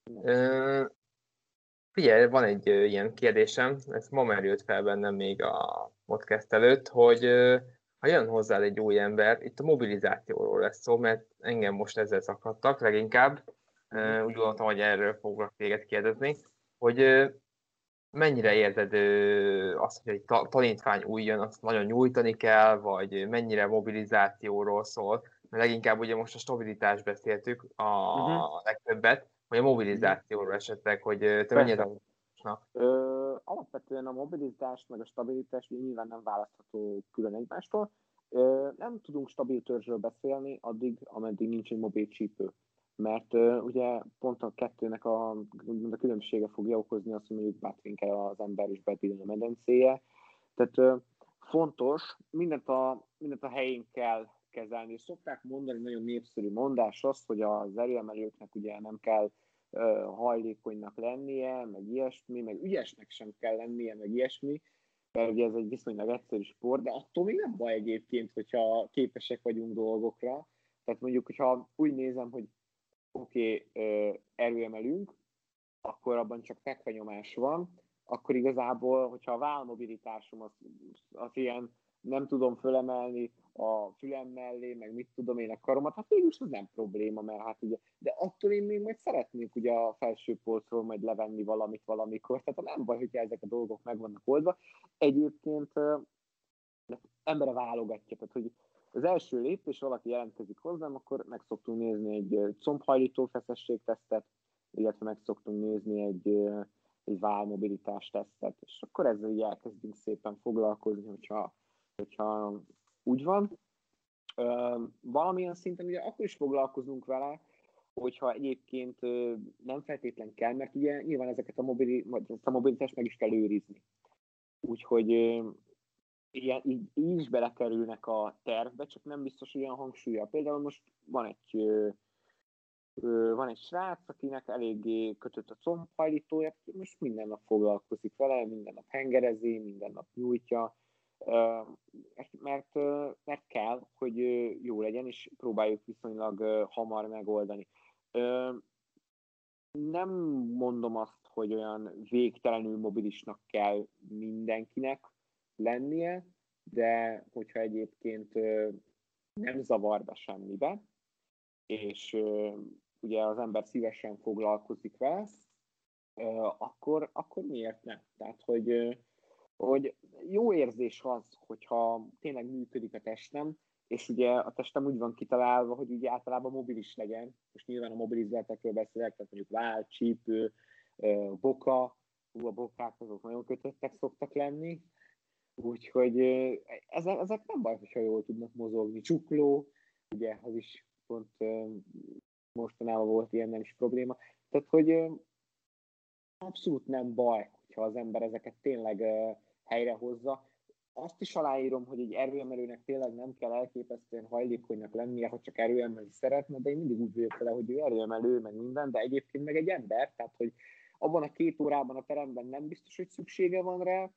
Figyelj, van egy ilyen kérdésem, ez ma merült fel bennem még a podcast előtt, hogy ha jön hozzá egy új ember, itt a mobilizációról lesz szó, mert engem most ezzel szakadtak leginkább. Úgy gondoltam, hogy erről foglak téged kérdezni, hogy mennyire érzed azt, hogy egy tanítvány új jön, azt nagyon nyújtani kell, vagy mennyire mobilizációról szól? Mert leginkább ugye most a stabilitást beszéltük a legtöbbet, vagy a mobilizációról esetleg, hogy te mennyire... Alapvetően a mobilitás meg a stabilitás nyilván nem választható külön egymástól. Nem tudunk stabil törzsről beszélni addig, ameddig nincs egy mobil csípő. Mert ugye pont a kettőnek a különbsége fogja okozni azt, hogy mondjuk bátvinkel az ember és betilni a medencéje. Tehát fontos, mindent a helyén kell kezelni. És szokták mondani, nagyon népszerű mondás az, hogy az erőemelőknek ugye nem kell hajlékonynak lennie, meg ilyesmi, meg ügyesnek sem kell lennie, meg ilyesmi, mert ugye ez egy viszonylag egyszerű sport, de attól még nem baj egyébként, hogyha képesek vagyunk dolgokra. Tehát mondjuk, hogyha úgy nézem, hogy erőemelünk, akkor abban csak fekvenyomás van, akkor igazából, hogyha a vállmobilitásom az ilyen nem tudom fölemelni a fülem mellé, meg mit tudom én a karomat, hát végül is ez nem probléma, mert hát ugye, de attól én még majd szeretnék ugye a felső polcról majd levenni valamit valamikor, tehát nem baj, hogyha ezek a dolgok meg vannak oldva. Egyébként embere válogatja, tehát hogy az első lépés, valaki jelentkezik hozzám, akkor meg szoktunk nézni egy combhajlító feszességtesztet, illetve meg szoktunk nézni egy vállmobilitás tesztet, és akkor ezzel így elkezdünk szépen foglalkozni, hogyha úgy van. Valamilyen szinten ugye akkor is foglalkozunk vele, hogyha egyébként nem feltétlen kell, mert ugye nyilván ezt a mobilitást meg is kell őrizni. Úgyhogy így is belekerülnek a tervbe, csak nem biztos olyan hangsúlya. Például most van egy srác, akinek eléggé kötött a combhajlítója, most minden nap foglalkozik vele, minden nap hengerezi, minden nap nyújtja, mert kell, hogy jó legyen, és próbáljuk viszonylag hamar megoldani. Nem mondom azt, hogy olyan végtelenül mobilisnak kell mindenkinek lennie, de hogyha egyébként nem zavar be semmibe, és ugye az ember szívesen foglalkozik vele, akkor miért nem? Tehát, hogy jó érzés az, hogyha tényleg működik a testem, és ugye a testem úgy van kitalálva, hogy ugye általában mobilis legyen, és nyilván a mobilizáltakról beszélek, tehát mondjuk váll, csípő, boka, a bokák azok nagyon kötöttek szoktak lenni, úgyhogy ezek nem baj, hogyha jól tudnak mozogni. Csukló, ugye az is pont mostanában volt ilyen, nem is probléma. Tehát, hogy abszolút nem baj, hogyha az ember ezeket tényleg helyrehozza. Azt is aláírom, hogy egy erőemelőnek tényleg nem kell elképesztően hajlékonynak lennie, ha csak erőemelni szeretne, de én mindig úgy vagyok vele, hogy ő erőemelő, meg minden, de egyébként meg egy ember, tehát hogy abban a 2 órában a teremben nem biztos, hogy szüksége van rá,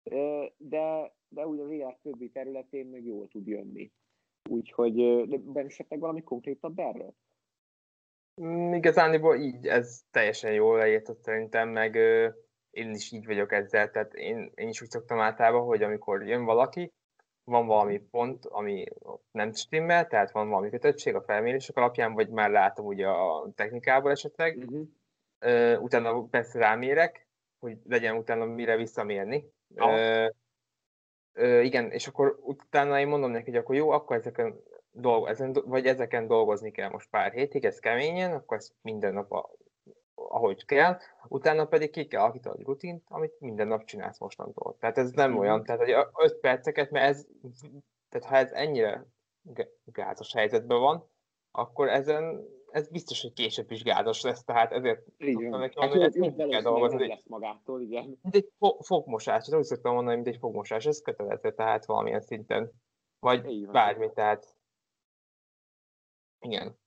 de úgy az élet többi területén meg jól tud jönni. Úgyhogy de esetleg valami konkrétabb erről? Igazániból így, ez teljesen jól leírtott szerintem, meg én is így vagyok ezzel, tehát én is úgy szoktam általában, hogy amikor jön valaki, van valami pont, ami nem stimmel, tehát van valami kötöttség a felmérések alapján, vagy már látom ugye a technikából esetleg, utána persze rámérek, hogy legyen utána mire visszamérni. Igen, és akkor utána én mondom neki, hogy akkor jó, akkor ezeken dolgozni kell most pár hétig, ez keményen, akkor ezt minden nap ahogy kell, utána pedig ki kell alakítani egy rutint, amit minden nap csinálsz mostantól. Tehát ez nem olyan, tehát hogy 5 perceket, mert tehát ha ez ennyire gázos helyzetben van, akkor ez biztos, hogy később is gázos lesz, tehát ezért szoktam neki mondani, hogy ezt mindig kell dolgozni. Nem lesz magától, igen. Mint egy fogmosás, úgy szoktam mondani, mint egy fogmosás, ez kötelező, tehát valamilyen szinten. Vagy bármi, tehát igen.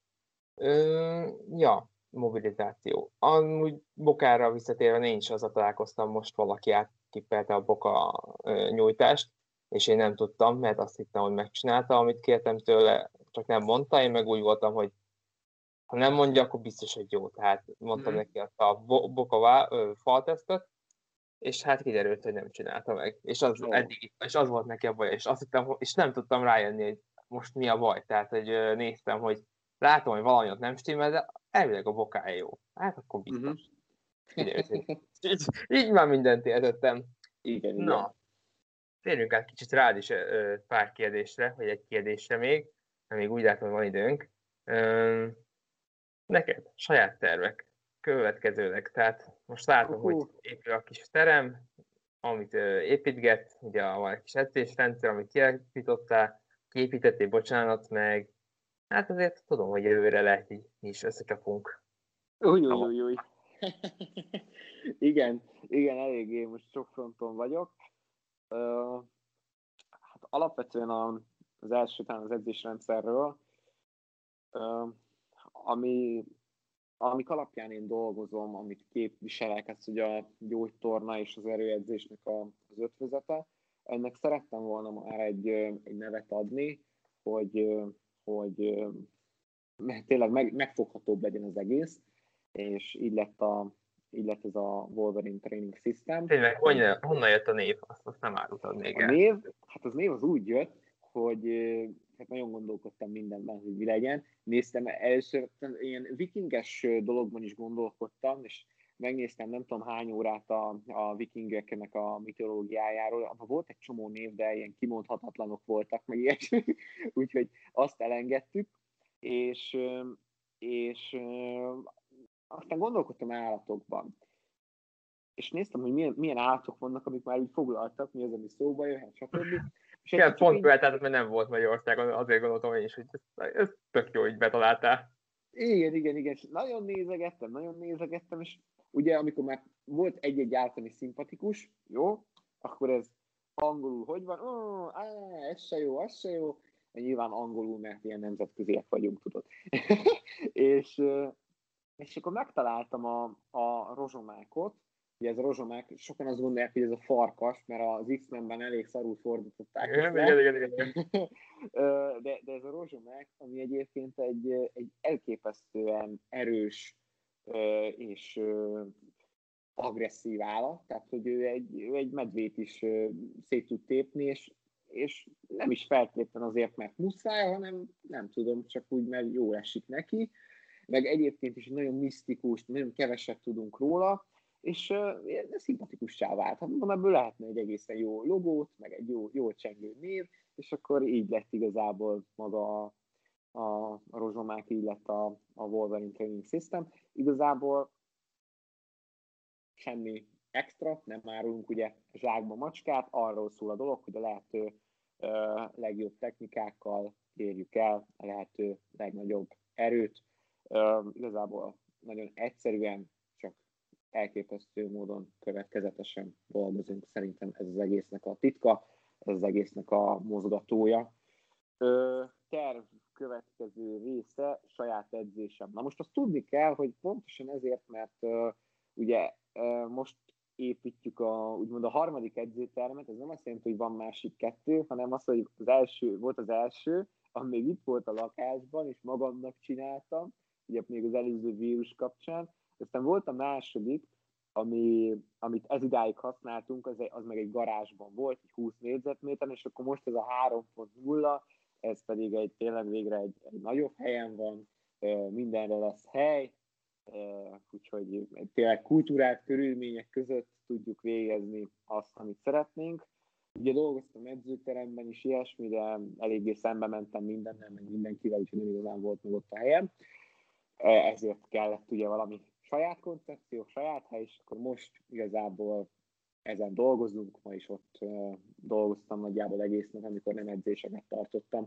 Mobilizáció. Amúgy bokára visszatérve én is azzal találkoztam, most valaki átkippelte a boka nyújtást, és én nem tudtam, mert azt hittem, hogy megcsinálta, amit kértem tőle, csak nem mondta, én meg úgy voltam, hogy ha nem mondja, akkor biztos, hogy jó. Tehát mondtam neki azt a boka faltesztet, és hát kiderült, hogy nem csinálta meg. És az volt neki a baj, és azt hittem, és nem tudtam rájönni, hogy most mi a baj. Tehát, hogy néztem, hogy látom, hogy valami ott nem stimmel, de elvileg a bokája jó. Hát akkor biztos. Így már mindent értettem. Igen, na, térjünk át kicsit rád is pár kérdésre, vagy egy kérdésre még, mert még úgy látom, hogy van időnk. Neked saját tervek következőleg, tehát most látom, hogy épül a kis terem, amit építget, ugye van egy kis edzésrendszer, amit kialakítottál, kiépítettél, bocsánat, meg hát azért tudom, hogy jövőre lehet így is összecsapunk. Új. igen, eléggé most sok fronton vagyok. Hát alapvetően az első talán az edzésrendszerről, amik alapján én dolgozom, amit képviselek, ez ugye a gyógytorna és az erőedzésnek az ötvözete. Ennek szerettem volna már egy nevet adni, hogy tényleg megfoghatóbb legyen az egész, és így lett így lett ez a Wolverine Training System. Tényleg, honnan jött a név? Azt nem árultad még el. A név, hát az név az úgy jött, hogy hát nagyon gondolkodtam mindenben, hogy mi legyen. Néztem először, ilyen vikinges dologban is gondolkodtam, és megnéztem nem tudom hány órát a vikingeknek a mitológiájáról. Abban volt egy csomó név, de ilyen kimondhatatlanok voltak, meg ilyesmi. Úgyhogy azt elengedtük, és aztán gondolkodtam állatokban. És néztem, hogy milyen állatok vannak, amik már úgy foglaltak, mi az, ami szóba jöhet, stb. És igen, pont követett, mert nem volt Magyarországon, azért gondoltam én is, hogy ez tök jó, így betaláltál. Igen, és nagyon nézegettem, és ugye amikor már volt egy-egy állat, ami szimpatikus, jó, akkor ez angolul hogy van? Ez se jó, az se jó. Nyilván angolul, mert ilyen nemzetköziek vagyunk, tudod. és akkor megtaláltam a rozsomákot. Ugye ez a rozsomák, sokan azt gondolják, hogy ez a farkas, mert az X-Menben elég szarul fordították. Igen. De ez a rozsomák, ami egyébként egy elképesztően erős és agresszív állat, tehát hogy ő egy medvét is szét tud tépni, és nem is feltétlenül azért, mert muszáj, hanem nem tudom, csak úgy, mert jól esik neki. Meg egyébként is nagyon misztikus, nagyon keveset tudunk róla, és szimpatikussá vált. Hát mondom, ebből lehetne egy egészen jó logót, meg egy jó csengő név, és akkor így lett igazából maga a rozsomák, így lett a Wolverine Training System. Igazából semmi extra, nem árulunk ugye zsákba macskát, arról szól a dolog, hogy a lehető legjobb technikákkal érjük el a lehető legnagyobb erőt. Igazából nagyon egyszerűen, csak elképesztő módon következetesen dolgozunk. Szerintem ez az egésznek a titka, ez az egésznek a mozgatója. Terv következő része, saját edzésem. Na most azt tudni kell, hogy pontosan ezért, mert ugye most építjük úgymond a harmadik edzőtermet, ez nem azt jelenti, hogy van másik kettő, hanem az, hogy volt az első, ami még itt volt a lakásban, és magamnak csináltam, ugye még az előző vírus kapcsán. Aztán volt a második, amit ez idáig használtunk, az meg egy garázsban volt, egy 20 négyzetméteren, és akkor most ez a 3.0, ez pedig tényleg végre egy nagyobb helyen van, mindenre lesz hely, úgyhogy tényleg kultúrát, körülmények között tudjuk végezni azt, amit szeretnénk. Ugye dolgoztam edzőteremben is ilyesmi, de eléggé szembe mentem mindennel, meg mindenkivel, úgyhogy nem igazán volt meg ott a helyem. Ezért kellett ugye valami saját koncepció, saját hely, és akkor most igazából ezen dolgozunk, ma is ott dolgoztam nagyjából egész nap, amikor nem edzéseket tartottam.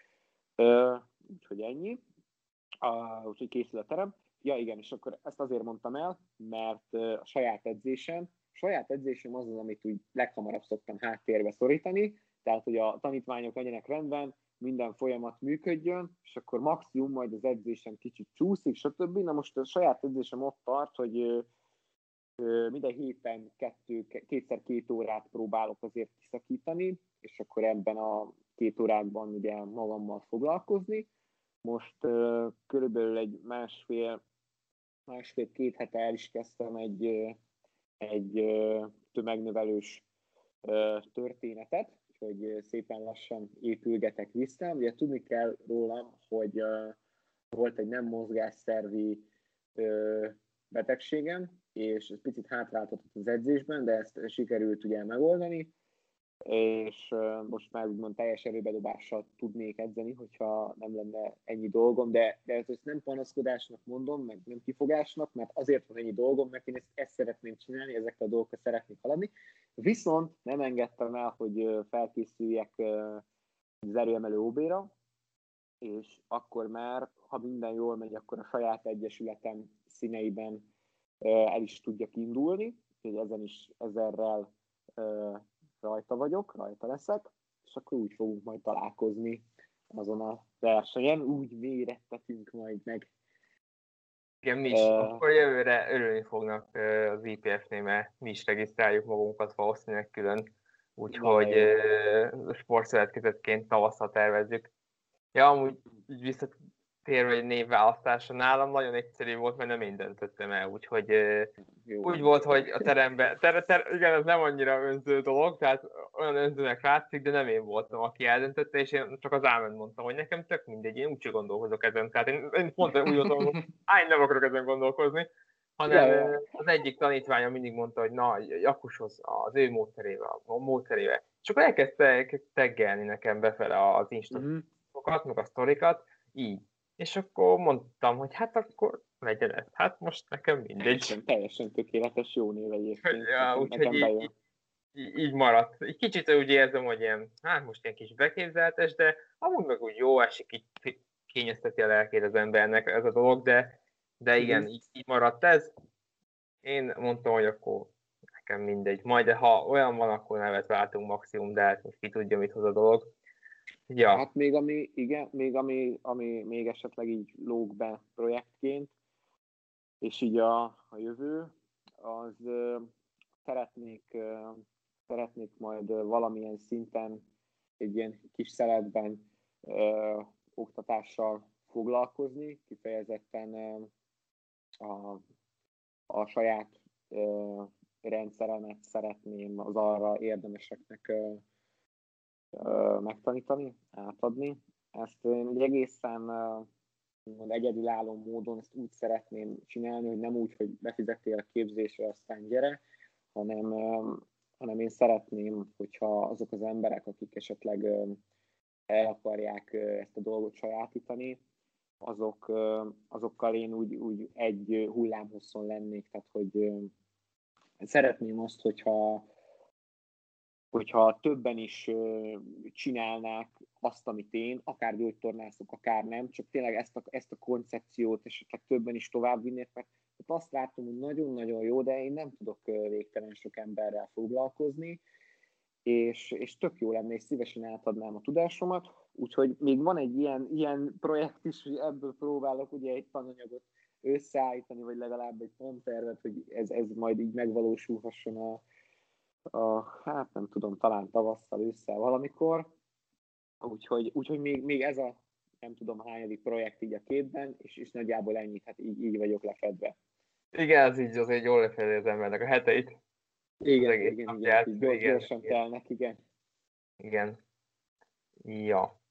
Úgyhogy ennyi. Úgyhogy készül a terem. Ja igen, és akkor ezt azért mondtam el, mert a saját edzésem az, amit úgy leghamarabb szoktam háttérbe szorítani, tehát hogy a tanítványok legyenek rendben, minden folyamat működjön, és akkor maximum majd az edzésem kicsit csúszik, stb. Na most a saját edzésem ott tart, hogy minden héten kétszer 2 órát próbálok azért kiszakítani, és akkor ebben a 2 órákban ugye magammal foglalkozni. Most körülbelül egy másfél-két hete el is kezdtem egy tömegnövelős történetet, hogy szépen lassan épülgetek vissza. Ugye tudni kell rólam, hogy volt egy nem mozgásszervi betegségem, és ez picit hátráltatott az edzésben, de ezt sikerült ugye megoldani, és most már úgymond teljes erőbedobással tudnék edzeni, hogyha nem lenne ennyi dolgom, de ezt nem panaszkodásnak mondom, meg nem kifogásnak, mert azért van ennyi dolgom, mert én ezt szeretném csinálni, ezekkel a dolgokkal szeretnék haladni. Viszont nem engedtem el, hogy felkészüljek az erőemelő OB-ra, és akkor már, ha minden jól megy, akkor a saját egyesületem színeiben el is tudjak indulni, úgyhogy ezerrel rajta leszek, és akkor úgy fogunk majd találkozni azon a versenyen, úgy mérettetünk majd meg. Igen, mi is. Akkor jövőre örülni fognak az IPF-nél, mert mi is regisztráljuk magunkat valószínűleg külön, úgyhogy sportszövetkezetként tavasszal tervezzük. Ja, amúgy térő névválasztása nálam nagyon egyszerű volt, mert nem én döntöttem el, úgyhogy Jó úgy van. volt, hogy a teremben, igen, ez nem annyira önző dolog, tehát olyan önzőnek látszik, de nem én voltam, aki eldöntötte, és én csak az ámen mondtam, hogy nekem tök mindegy, én úgyse gondolkozok ezen. Tehát én pont úgy voltam, hogy nem akarok ezen gondolkozni, Ja, hanem ja. az egyik tanítványom mindig mondta, hogy na, Jakushoz az ő módszerével. És akkor elkezdte teggelni nekem befele az Instatokat, meg a sztorikat, így. És akkor mondtam, hogy hát akkor legyen ez. Hát most nekem mindegy. Teljesen tökéletes, jó név egyébként. Ja, úgyhogy Bejön. így maradt. Egy kicsit úgy érzem, hogy ilyen, hát most ilyen kis beképzeltes, de amúgy meg úgy jó esik, így kényezteti a lelkét az embernek ez a dolog, de igen, így maradt ez. Én mondtam, hogy akkor nekem mindegy. Majd ha olyan van, akkor nevet váltunk maximum, de hát most ki tudja, mit hoz a dolog. Ja. Hát még ami, igen, ami még esetleg így lóg be projektként, és így a jövő, az szeretnék majd valamilyen szinten egy ilyen kis szeletben oktatással foglalkozni, kifejezetten a saját rendszeremet szeretném az arra érdemeseknek megtanítani, átadni. Ezt én egészen egyedülálló módon ezt úgy szeretném csinálni, hogy nem úgy, hogy befizettél a képzésre, aztán gyere, hanem én szeretném, hogyha azok az emberek, akik esetleg el akarják ezt a dolgot sajátítani, azokkal én úgy egy hullámhosszon lennék, tehát hogy szeretném azt, hogyha többen is csinálnák azt, amit én, akár gyógytornászok, akár nem, csak tényleg ezt a koncepciót esetleg többen is továbbvinnék, mert azt látom, hogy nagyon-nagyon jó, de én nem tudok végtelen sok emberrel foglalkozni, és tök jó lenne, és szívesen átadnám a tudásomat, úgyhogy még van egy ilyen projekt is, hogy ebből próbálok ugye egy tananyagot összeállítani, vagy legalább egy tantervet, hogy ez majd így megvalósulhasson hát nem tudom, talán tavasszal, ősszel valamikor. Úgyhogy még ez a nem tudom hányadik projekt így a képben, és nagyjából ennyit, hát így vagyok lefedve. Igen, az így azért jól lefedi az embernek a heteit. Igen, gyorsan telnek, igen. Igen. Ja.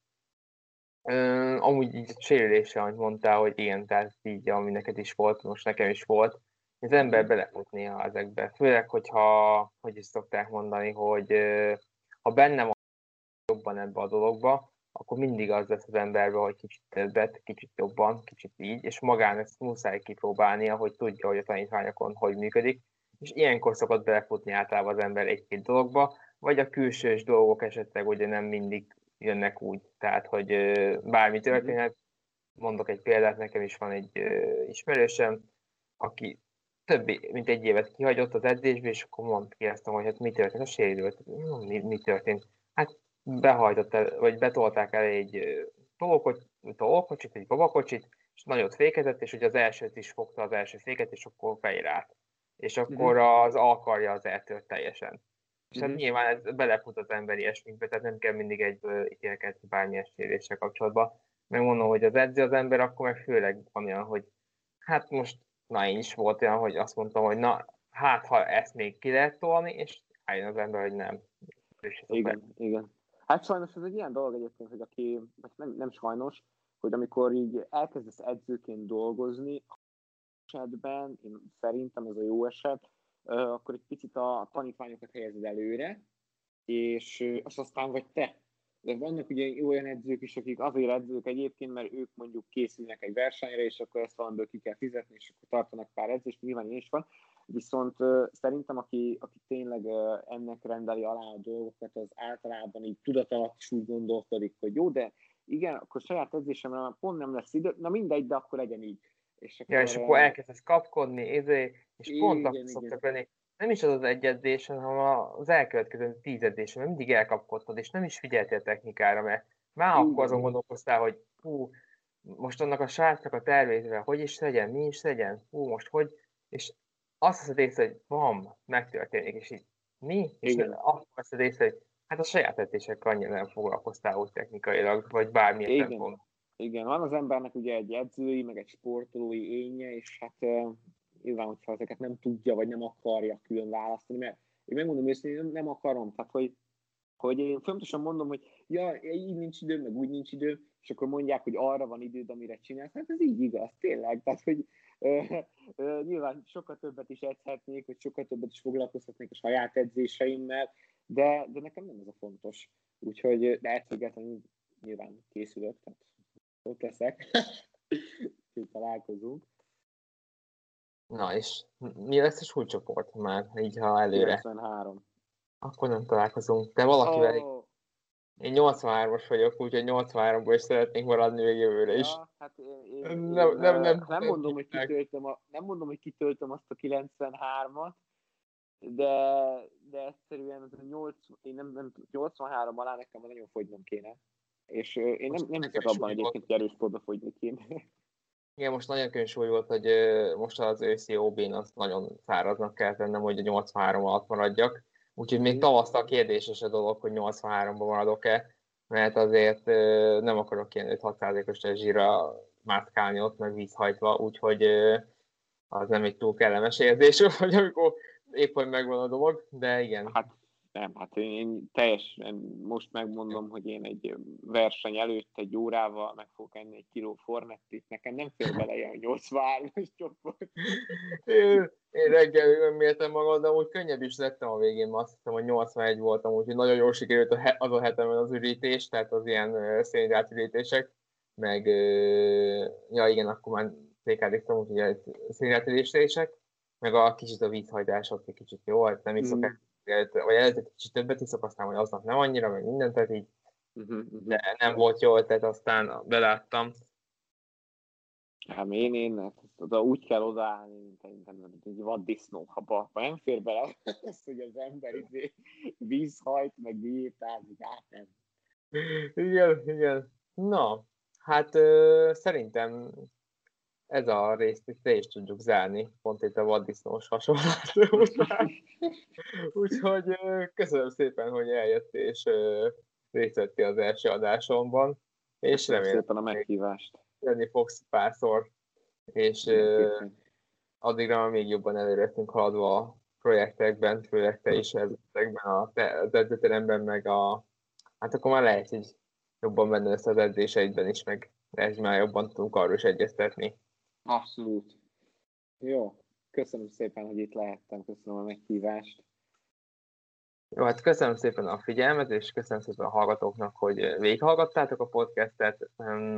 Amúgy így a sérülése, amit mondtál, hogy igen, tehát így, ami neked is volt, most nekem is volt, az ember belefut néha ezekbe. Főleg, hogyha, hogy is szokták mondani, hogy ha benne van jobban ebbe a dologba, akkor mindig az lesz az emberben, hogy kicsit többet, kicsit jobban, kicsit így, és magán ezt muszáj kipróbálnia, hogy tudja, hogy a tanítványokon hogy működik, és ilyenkor szokott belefutni általában az ember egy-két dologba, vagy a külsős dolgok esetleg ugye nem mindig jönnek úgy, tehát hogy bármi történhet. Mondok egy példát, nekem is van egy ismerősöm, aki több mint egy évet kihagyott az edzésbe, és akkor kérdeztem, hogy hát mi történt, a sérült, mi történt. Hát vagy betolták el egy tolókocsit, egy babakocsit, és nagyot fékezett, és ugye az elsőt is fogta, az első féket, és akkor fejre állt. És akkor az alkarja az eltört teljesen. És hát nyilván ez belefut az emberi ilyesmikbe, tehát nem kell mindig egyből ítélkedni bármilyen sérüléssel kapcsolatban. Megmondom, hogy az edző az ember, akkor meg főleg van olyan, hogy hát most, én is volt olyan, hogy azt mondtam, hogy hát ha ezt még ki lehet tolni, és álljon az ember, hogy nem. Igen. Hát sajnos ez egy ilyen dolog egyébként, hogy nem sajnos, hogy amikor így elkezdesz edzőként dolgozni, esetben, én szerintem ez a jó eset, akkor egy picit a tanítványokat helyezed előre, és azt aztán vagy te. De vannak ugye olyan edzők is, akik azért edzők egyébként, mert ők mondjuk készülnek egy versenyre, és akkor ezt valamiből ki kell fizetni, és akkor tartanak pár edzést, nyilván ilyen is van. Viszont szerintem, aki tényleg ennek rendeli alá a dolgokat, az általában így tudat alatt is úgy gondolkodik, hogy jó, de igen, akkor saját edzésemre már pont nem lesz idő, na mindegy, de akkor legyen így. És akkor elkezdesz kapkodni, és pont akkor szoktak lenni. Nem is az egy edzésen, hanem az elkövetkező 10 edzésen, mindig elkapkodtad, és nem is figyeltél a technikára, mert már akkor azon gondolkoztál, hogy most annak a srácnak a tervével, hogy is legyen, mi is legyen, most hogy, és azt veszed észre, hogy megtörténik, és így mi? És azt veszed észre, hogy hát a saját edzésekkel annyira nem foglalkoztál úgy technikailag, vagy bármilyen szempontból. Igen, van az embernek ugye egy edzői, meg egy sportolói énje, és hát nyilván, hogyha ezeket nem tudja, vagy nem akarja külön választani, mert én megmondom őszintén, nem akarom, tehát hogy én fontosan mondom, hogy ja, így nincs időm, meg úgy nincs időm, és akkor mondják, hogy arra van időd, amire csinálsz. Hát ez így igaz, tényleg. Tehát, hogy nyilván sokkal többet is edzhetnék, vagy sokkal többet is foglalkozhatnék a saját edzéseimmel, de nekem nem ez a fontos. Úgyhogy, de egyszerűen nyilván készülök, tehát ott leszek, hogy találkozunk. Na és mi lesz a súlycsoport már, így ha előre? 93. Akkor nem találkozunk. De valakivel én 83-as vagyok, úgyhogy 83-ból is szeretnénk maradni még jövőre is. Ja, hát én Nem mondom, hogy kitöltöm azt a 93-at, de egyszerűen az a 83 alá nekem nagyon fogynom kéne. És én nem hiszek abban egyébként, hogy erősportba fogyni kéne. Igen, most nagyon könnyű volt, hogy most az őszi OB-n azt nagyon száraznak kell tennem, hogy a 83 alatt maradjak. Úgyhogy még tavasztal kérdéses a dolog, hogy 83-ban maradok-e, mert azért nem akarok ilyen 5-6%-os zsírra mászkálni ott, meg vízhajtva, úgyhogy az nem egy túl kellemes érzés, hogy amikor épp, hogy megvan a dolog, de igen. Hát én teljesen most megmondom, hogy én egy verseny előtt egy órával meg fogok enni egy kiló fornettit, nekem nem fér bele ilyen 83-as csoport. Én reggel nem mértem magam, de amúgy könnyebb is lettem a végén, mert azt hiszem, hogy 81 voltam, úgyhogy nagyon jól sikerült az a hetemen az ürítés, tehát az ilyen szénhidrátürítések, meg ja igen, akkor már székádéztam, úgyhogy szénhidrátürítések, meg a kicsit a vízhajtás ott egy kicsit jó, hát nem iszok vagy előtte kicsit többet iszok, aztán hogy aznap nem annyira, meg mindent, tehát így de nem volt jó, tehát aztán beláttam. Hát én oda úgy kell odaállni, mint egy vaddisznó, ha nem fér bele az, hogy az ember vízhajt, meg diétázik, hát nem. Igen. Na, hát szerintem ez a részt le is tudjuk zárni, pont itt a vaddisznós hasonlás után. Úgyhogy köszönöm szépen, hogy eljöttél és részt vettél az első adásomban. És remélem, szépen a meghívást. Jönni fogsz párszor, és addigra még jobban előre leszünk haladva a projektekben, főleg te is ezekben az edzőteremben, meg hát akkor már lehet, hogy jobban benne lesz az edzéseidben is, meg lehet, hogy már jobban tudunk arról is egyeztetni. Abszolút. Jó, köszönöm szépen, hogy itt lehettem, köszönöm a meghívást. Jó, hát köszönöm szépen a figyelmet, és köszönöm szépen a hallgatóknak, hogy végighallgattátok a podcastet.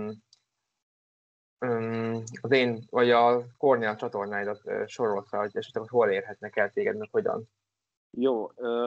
Az én, vagy a Kornél csatornáidat sorolt fel, hogy esetleg hol érhetnek el téged, meg hogyan. Jó,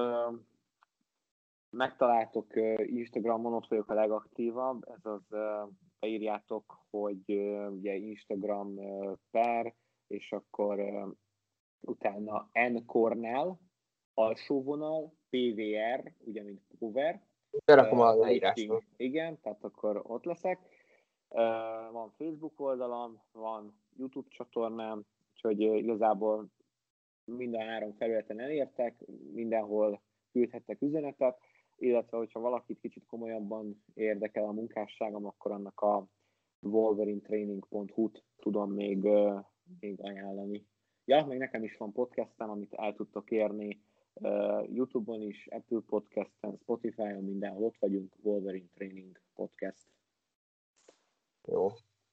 megtaláltok Instagramon, ott vagyok a legaktívabb, ez az, beírjátok, hogy ugye Instagram per, és akkor utána N-Kornél, alsóvonal, PVR, ugye mint Power. Berakom a leírásba. Igen, tehát akkor ott leszek. Van Facebook oldalam, van YouTube csatornám, úgyhogy igazából minden 3 felületen elértek, mindenhol küldhettek üzenetet, illetve hogyha valakit kicsit komolyabban érdekel a munkásságom, akkor annak a wolverinetraining.hu-t tudom még ajánlani. Ja, meg nekem is van podcastem, amit el tudtok érni YouTube-on is, Apple Podcasten, Spotify-on, mindenhol ott vagyunk, Wolverine Training Podcast. Jó.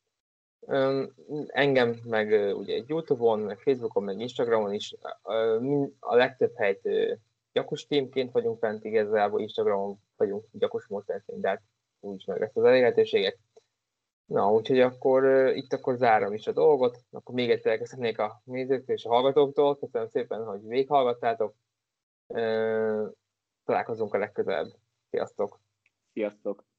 Engem meg ugye YouTube-on, meg Facebookon, meg Instagramon is a legtöbb helyt Gyakus teamként vagyunk fent, igazából Instagramon vagyunk Gyakus módszerként, de hát úgyis meg lesz az elérhetőségek. Na, úgyhogy akkor itt akkor zárom is a dolgot. Akkor még egyszer köszönnék a nézőktől és a hallgatóktól. Köszönöm szépen, hogy végighallgattátok. Találkozunk a legközelebb. Sziasztok! Sziasztok!